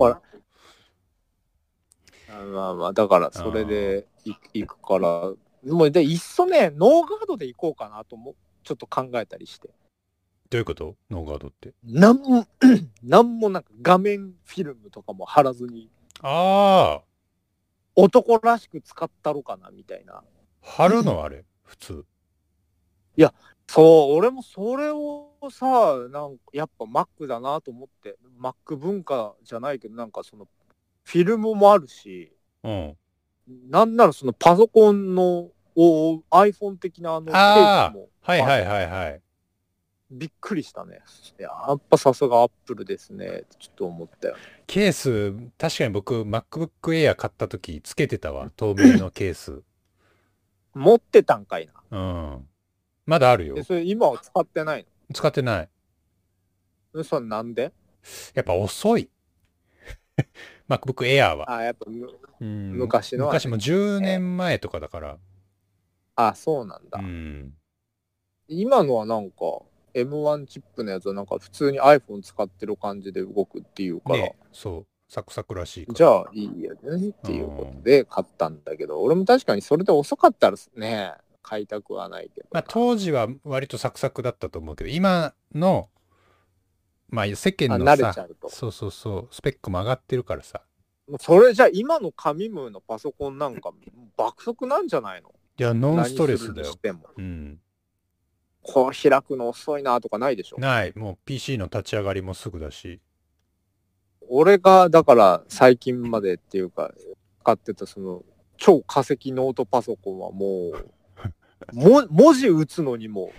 [SPEAKER 2] まあまあ、だからそれで行くから、もうで、いっそね、ノーガードで行こうかなとも、ちょっと考えたりして。
[SPEAKER 1] どういうこと？ノーガードって。
[SPEAKER 2] なんも、なんもなんか画面フィルムとかも貼らずに。ああ。男らしく使ったろかな、みたいな。
[SPEAKER 1] 貼るのあれ、普通。
[SPEAKER 2] いや、そう、俺もそれをさ、なんかやっぱ Mac だなと思って、Mac 文化じゃないけど、なんかその、フィルムもあるし、うん、なんならそのパソコンの iPhone 的なあのケースも。
[SPEAKER 1] はいはいはいはい。
[SPEAKER 2] びっくりしたね。やっぱさすがアップルですね。ちょっと思ったよね。
[SPEAKER 1] ケース、確かに僕 MacBook Air 買った時つけてたわ。透明のケース。
[SPEAKER 2] 持ってたんかいな。
[SPEAKER 1] うん。まだあるよ。
[SPEAKER 2] え、それ今は使ってない
[SPEAKER 1] の？使ってない。
[SPEAKER 2] え、それなんで？
[SPEAKER 1] やっぱ遅い。MacBook Air は。
[SPEAKER 2] あ、やっぱむ、うん、昔の、ね、
[SPEAKER 1] 昔もじゅうねんまえとかだから。
[SPEAKER 2] あ、そうなんだ。うん、今のはなんか エムワン チップのやつはなんか普通に iPhone 使ってる感じで動くっていうから。ね、
[SPEAKER 1] そう。サクサクらしいから。
[SPEAKER 2] じゃあいいやねっていうことで買ったんだけど、俺も確かにそれで遅かったらね、買いたくはないけど。
[SPEAKER 1] まあ当時は割とサクサクだったと思うけど、今の、まあ世間のさ、そうそうそう、スペックも上がってるからさ。
[SPEAKER 2] それじゃあ今の紙ムーのパソコンなんか爆速なんじゃないの？
[SPEAKER 1] いや、ノンストレスだよ。うん。
[SPEAKER 2] こう開くの遅いなとかないでしょ？
[SPEAKER 1] ない。もう ピーシー の立ち上がりもすぐだし。
[SPEAKER 2] 俺がだから最近までっていうか使ってたその超化石ノートパソコンはもうも文字打つのにも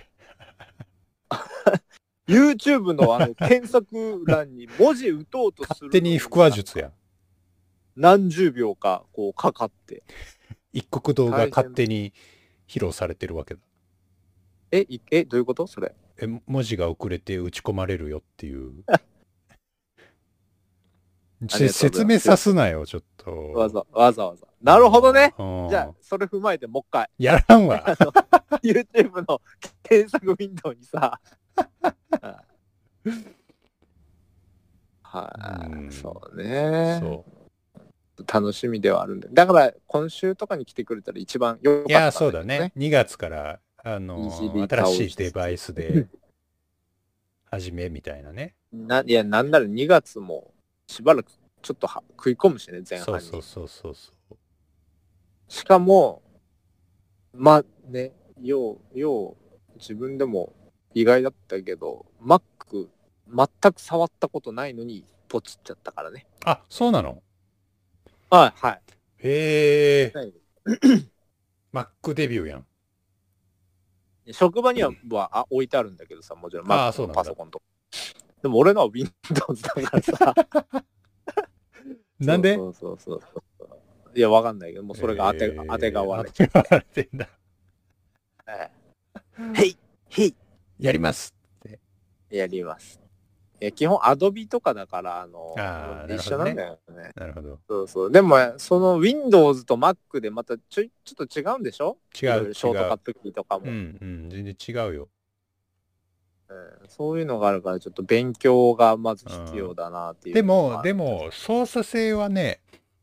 [SPEAKER 2] YouTube のあの検索欄に文字打とうとする
[SPEAKER 1] 勝手に腹話術や。
[SPEAKER 2] 何十秒かこうかかって
[SPEAKER 1] 一国道が勝手に披露されてるわけだ。
[SPEAKER 2] ええどういうことそれ？
[SPEAKER 1] え文字が遅れて打ち込まれるよっていう説明さすなよちょっと。
[SPEAKER 2] わざわざわざなるほどね。じゃあそれ踏まえてもう一回
[SPEAKER 1] やらんわ
[SPEAKER 2] YouTube の検索ウィンドウにさはい、そうね。そう楽しみではあるんで、だから今週とかに来てくれたら一番よかったんだけどね。いや
[SPEAKER 1] そうだね。にがつからあの新しいデバイスで始めみたいなね。
[SPEAKER 2] ないやなんならにがつもしばらくちょっとは食い込むしね前半に。
[SPEAKER 1] そうそうそうそう。
[SPEAKER 2] しかもまあねようよう自分でも意外だったけど Mac 全く触ったことないのにポチっちゃったからね。
[SPEAKER 1] あ、そうなの？
[SPEAKER 2] はいはい。
[SPEAKER 1] へえ。Mac デビューやん。
[SPEAKER 2] 職場には、うん、あ置いてあるんだけどさ、もちろん Mac のパソコンと。でも俺のは Windows だからさ。
[SPEAKER 1] なんで？
[SPEAKER 2] そうそうそうそう。いや、わかんないけど、もうそれが当て、えー、当てが割れちゃって。んだへいへい
[SPEAKER 1] やりますって。
[SPEAKER 2] やります。いや基本アドビとかだからあの
[SPEAKER 1] あ
[SPEAKER 2] 一緒なんだよね。
[SPEAKER 1] なるほど。
[SPEAKER 2] そうそう。でもその Windows と Mac でまたちょちょっと違うんでしょ？
[SPEAKER 1] 違う。
[SPEAKER 2] ショートカットキーとかも。
[SPEAKER 1] うんうん全然違うよ。
[SPEAKER 2] うん、そういうのがあるからちょっと勉強がまず必要だなっていう、
[SPEAKER 1] うん。でもでも操作性はね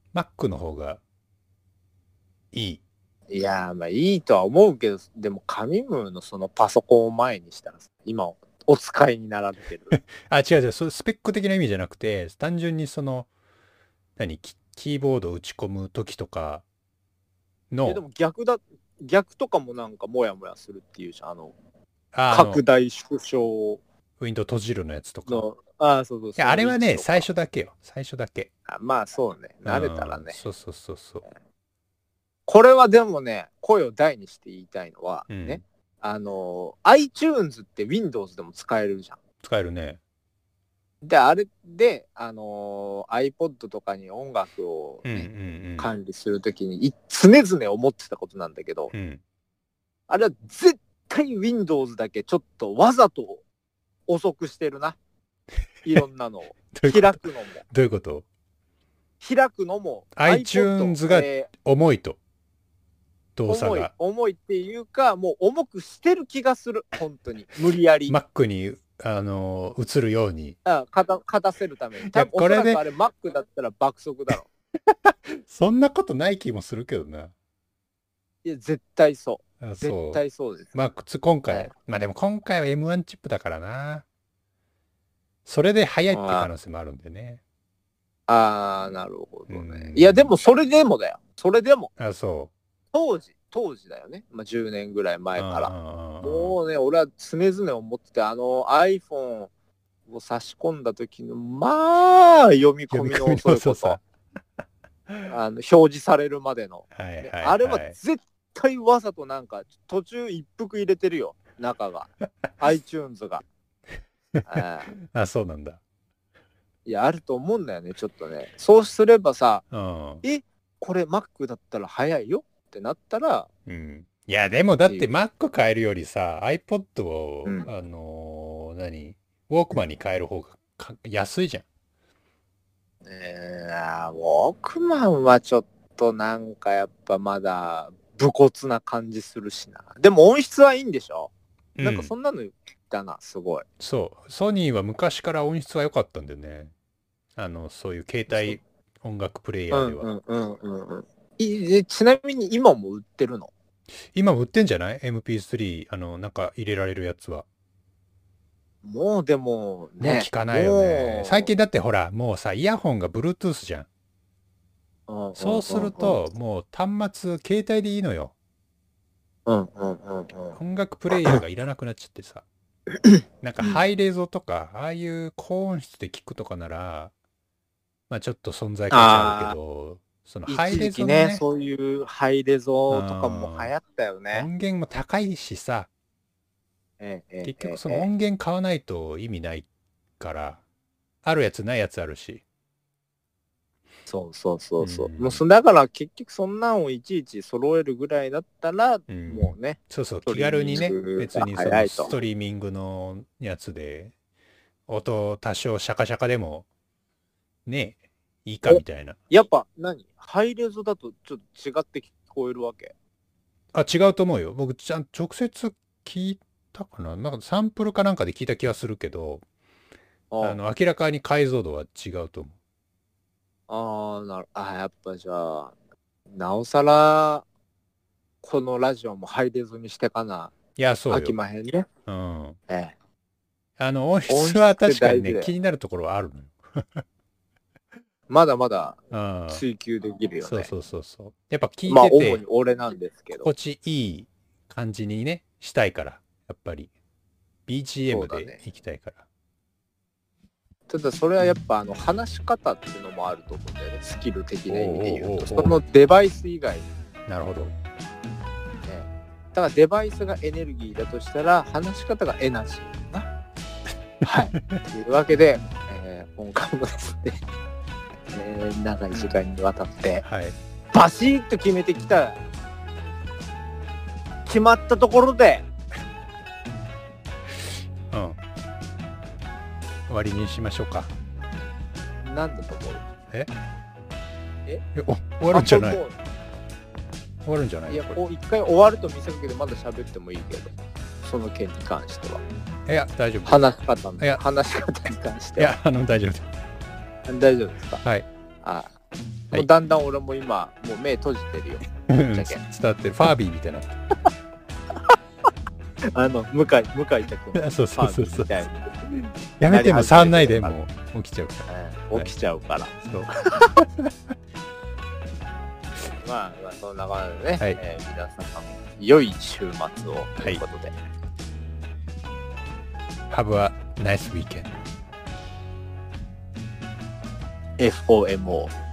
[SPEAKER 1] Mac の方がいい。
[SPEAKER 2] いやー、まあいいとは思うけど、でもカミムーのそのパソコンを前にしたら、今お使いになられてる。
[SPEAKER 1] あ、違う違う、そスペック的な意味じゃなくて、単純にその、何、キ、キーボードを打ち込む時とかの。
[SPEAKER 2] いやでも逆だ、逆とかもなんかモヤモヤするっていうじゃん。あの、
[SPEAKER 1] あ
[SPEAKER 2] 拡大縮小
[SPEAKER 1] ウィンドウ閉じるのやつとか。
[SPEAKER 2] の、ああ、そうそうそう。
[SPEAKER 1] いや、あれはね、最初だけよ。最初だけ。
[SPEAKER 2] あまあそうね。慣れたらね。
[SPEAKER 1] そうそうそうそう。
[SPEAKER 2] これはでもね、声を大にして言いたいのは、うん、ね、あの、iTunes って Windows でも使えるじゃん。
[SPEAKER 1] 使えるね。
[SPEAKER 2] で、あれで、あのー、iPod とかに音楽を、ね、
[SPEAKER 1] うんうんうん、
[SPEAKER 2] 管理するときに常々思ってたことなんだけど、
[SPEAKER 1] うん、
[SPEAKER 2] あれは絶対 Windows だけちょっとわざと遅くしてるな。いろんなのを。開くのも。
[SPEAKER 1] どういうこと？
[SPEAKER 2] 開くのも。
[SPEAKER 1] iTunes が重いと。動作が。
[SPEAKER 2] 重い、重いっていうか、もう重くしてる気がする。本当に。無理やり。
[SPEAKER 1] Mac に、あのー、映るように。
[SPEAKER 2] ああ、勝た、勝たせるために。多分おそらくあれ Mac だったら爆速だろ。
[SPEAKER 1] そんなことない気もするけどな。
[SPEAKER 2] いや、絶対そう。
[SPEAKER 1] あ、そう
[SPEAKER 2] 絶対そうです。
[SPEAKER 1] まあ、今回、はい、まあでも今回は エムワン チップだからな。それで速いって可能性もあるんでね。
[SPEAKER 2] ああ、なるほどね。いや、でもそれでもだよ。それでも。
[SPEAKER 1] あ、そう。
[SPEAKER 2] 当時、当時だよね。まあ、じゅうねんぐらい前から。もうね、俺は常々思ってて、あの iPhone を差し込んだ時の、まあ、読み込みの遅いこと。あの表示されるまでの。
[SPEAKER 1] はいはいはい、
[SPEAKER 2] あれは絶対わざとなんか、途中一服入れてるよ。中が。iTunes が。
[SPEAKER 1] あ, あ、そうなんだ。
[SPEAKER 2] いや、あると思うんだよね、ちょっとね。そうすればさ、
[SPEAKER 1] うん、
[SPEAKER 2] え、これ Mac だったら早いよってなったら、
[SPEAKER 1] うん、いや、でもだって Mac 変えるよりさ、iPod を、
[SPEAKER 2] うん、
[SPEAKER 1] あのー、何ウォークマンに変える方が安いじゃん。
[SPEAKER 2] えー、ウォークマンはちょっとなんかやっぱまだ武骨な感じするしな。でも音質はいいんでしょ、うん、なんかそんなの言ったな、すごい。
[SPEAKER 1] そう。ソニーは昔から音質は良かったんだよね。あの、そういう携帯音楽プレイヤーでは。
[SPEAKER 2] うんうんうんうん。いちなみに今も売ってるの？
[SPEAKER 1] 今も売ってんじゃない ?エムピースリー、あの、なんか入れられるやつは。
[SPEAKER 2] もうでもね。
[SPEAKER 1] もう聞かないよね。最近だってほら、もうさ、イヤホンが Bluetooth じゃん。うん、そうすると、もう端末、携帯でいいのよ。
[SPEAKER 2] うんうんうんうん。
[SPEAKER 1] 音楽プレイヤーがいらなくなっちゃってさ。なんかハイレゾとか、ああいう高音質で聞くとかなら、まあちょっと存在価値あるけど、そのハイレゾのね、
[SPEAKER 2] ね、そういうハイレゾとかも流行ったよね。
[SPEAKER 1] 音源も高いしさ、
[SPEAKER 2] ええ、
[SPEAKER 1] 結局その音源買わないと意味ないから、あるやつないやつあるし。
[SPEAKER 2] そうそうそうそう。うん、もうそだから結局そんなんをいちいち揃えるぐらいだったら、うん、もうね。
[SPEAKER 1] そうそう、気軽にね、別にそのストリーミングのやつで、音多少シャカシャカでも、ね、いいかみたいな。
[SPEAKER 2] やっぱ何ハイレゾだとちょっと違って聞こえるわけ？
[SPEAKER 1] あ、違うと思うよ。僕ちゃん直接聞いたかな。なんかサンプルかなんかで聞いた気がするけど、あの明らかに解像度は違うと思う。
[SPEAKER 2] ああ、なる。あ、やっぱじゃあ、なおさら、このラジオもハイレゾにしてかな。
[SPEAKER 1] いや、そうよ。
[SPEAKER 2] 飽きまへんね。
[SPEAKER 1] うん。
[SPEAKER 2] ええ。
[SPEAKER 1] あの、音質は確かにね、気になるところはあるのよ。
[SPEAKER 2] まだまだ追求できるよね。
[SPEAKER 1] そうそうそうそう。やっぱ聞いてて、
[SPEAKER 2] まあ主に俺なんですけど。
[SPEAKER 1] 心地いい感じにね、したいから、やっぱり。ビージーエム で行きたいから。
[SPEAKER 2] ただそれはやっぱあの話し方っていうのもあると思うんだよね。スキル的な意味で言うと。そのデバイス以外に。
[SPEAKER 1] なるほど。ね。
[SPEAKER 2] だからデバイスがエネルギーだとしたら、話し方がエナジーだな。はい。というわけで、えー、今回もですね、えー、長い時間にわたって、
[SPEAKER 1] はい、
[SPEAKER 2] バシッと決めてきた。決まったところで、
[SPEAKER 1] うん。終わりにしましょうか。
[SPEAKER 2] なんだと思う？
[SPEAKER 1] え
[SPEAKER 2] え
[SPEAKER 1] えお終わるんじゃない？終わるんじゃない？
[SPEAKER 2] いや、こう一回終わると見せかけてまだ喋ってもいいけど、その件に関しては。
[SPEAKER 1] いや、大丈夫です。
[SPEAKER 2] 話し方の、
[SPEAKER 1] いや
[SPEAKER 2] 話し方に関しては。
[SPEAKER 1] いや、あの、大丈夫です。
[SPEAKER 2] 大丈夫ですか？
[SPEAKER 1] はい。
[SPEAKER 2] ああもうだんだん俺も今もう目閉じてるよ。
[SPEAKER 1] 伝わってる。ファービーみたいな。
[SPEAKER 2] あの向井向井拓君。
[SPEAKER 1] そうそうそうそう。
[SPEAKER 2] みたいな
[SPEAKER 1] やめても触んないでもう起きちゃうから。
[SPEAKER 2] 起きちゃうから。そう。まあまあそんな感じでね。はい、えー、皆さん良い週末をということで。
[SPEAKER 1] Have a nice weekend.
[SPEAKER 2] エフオーエムオー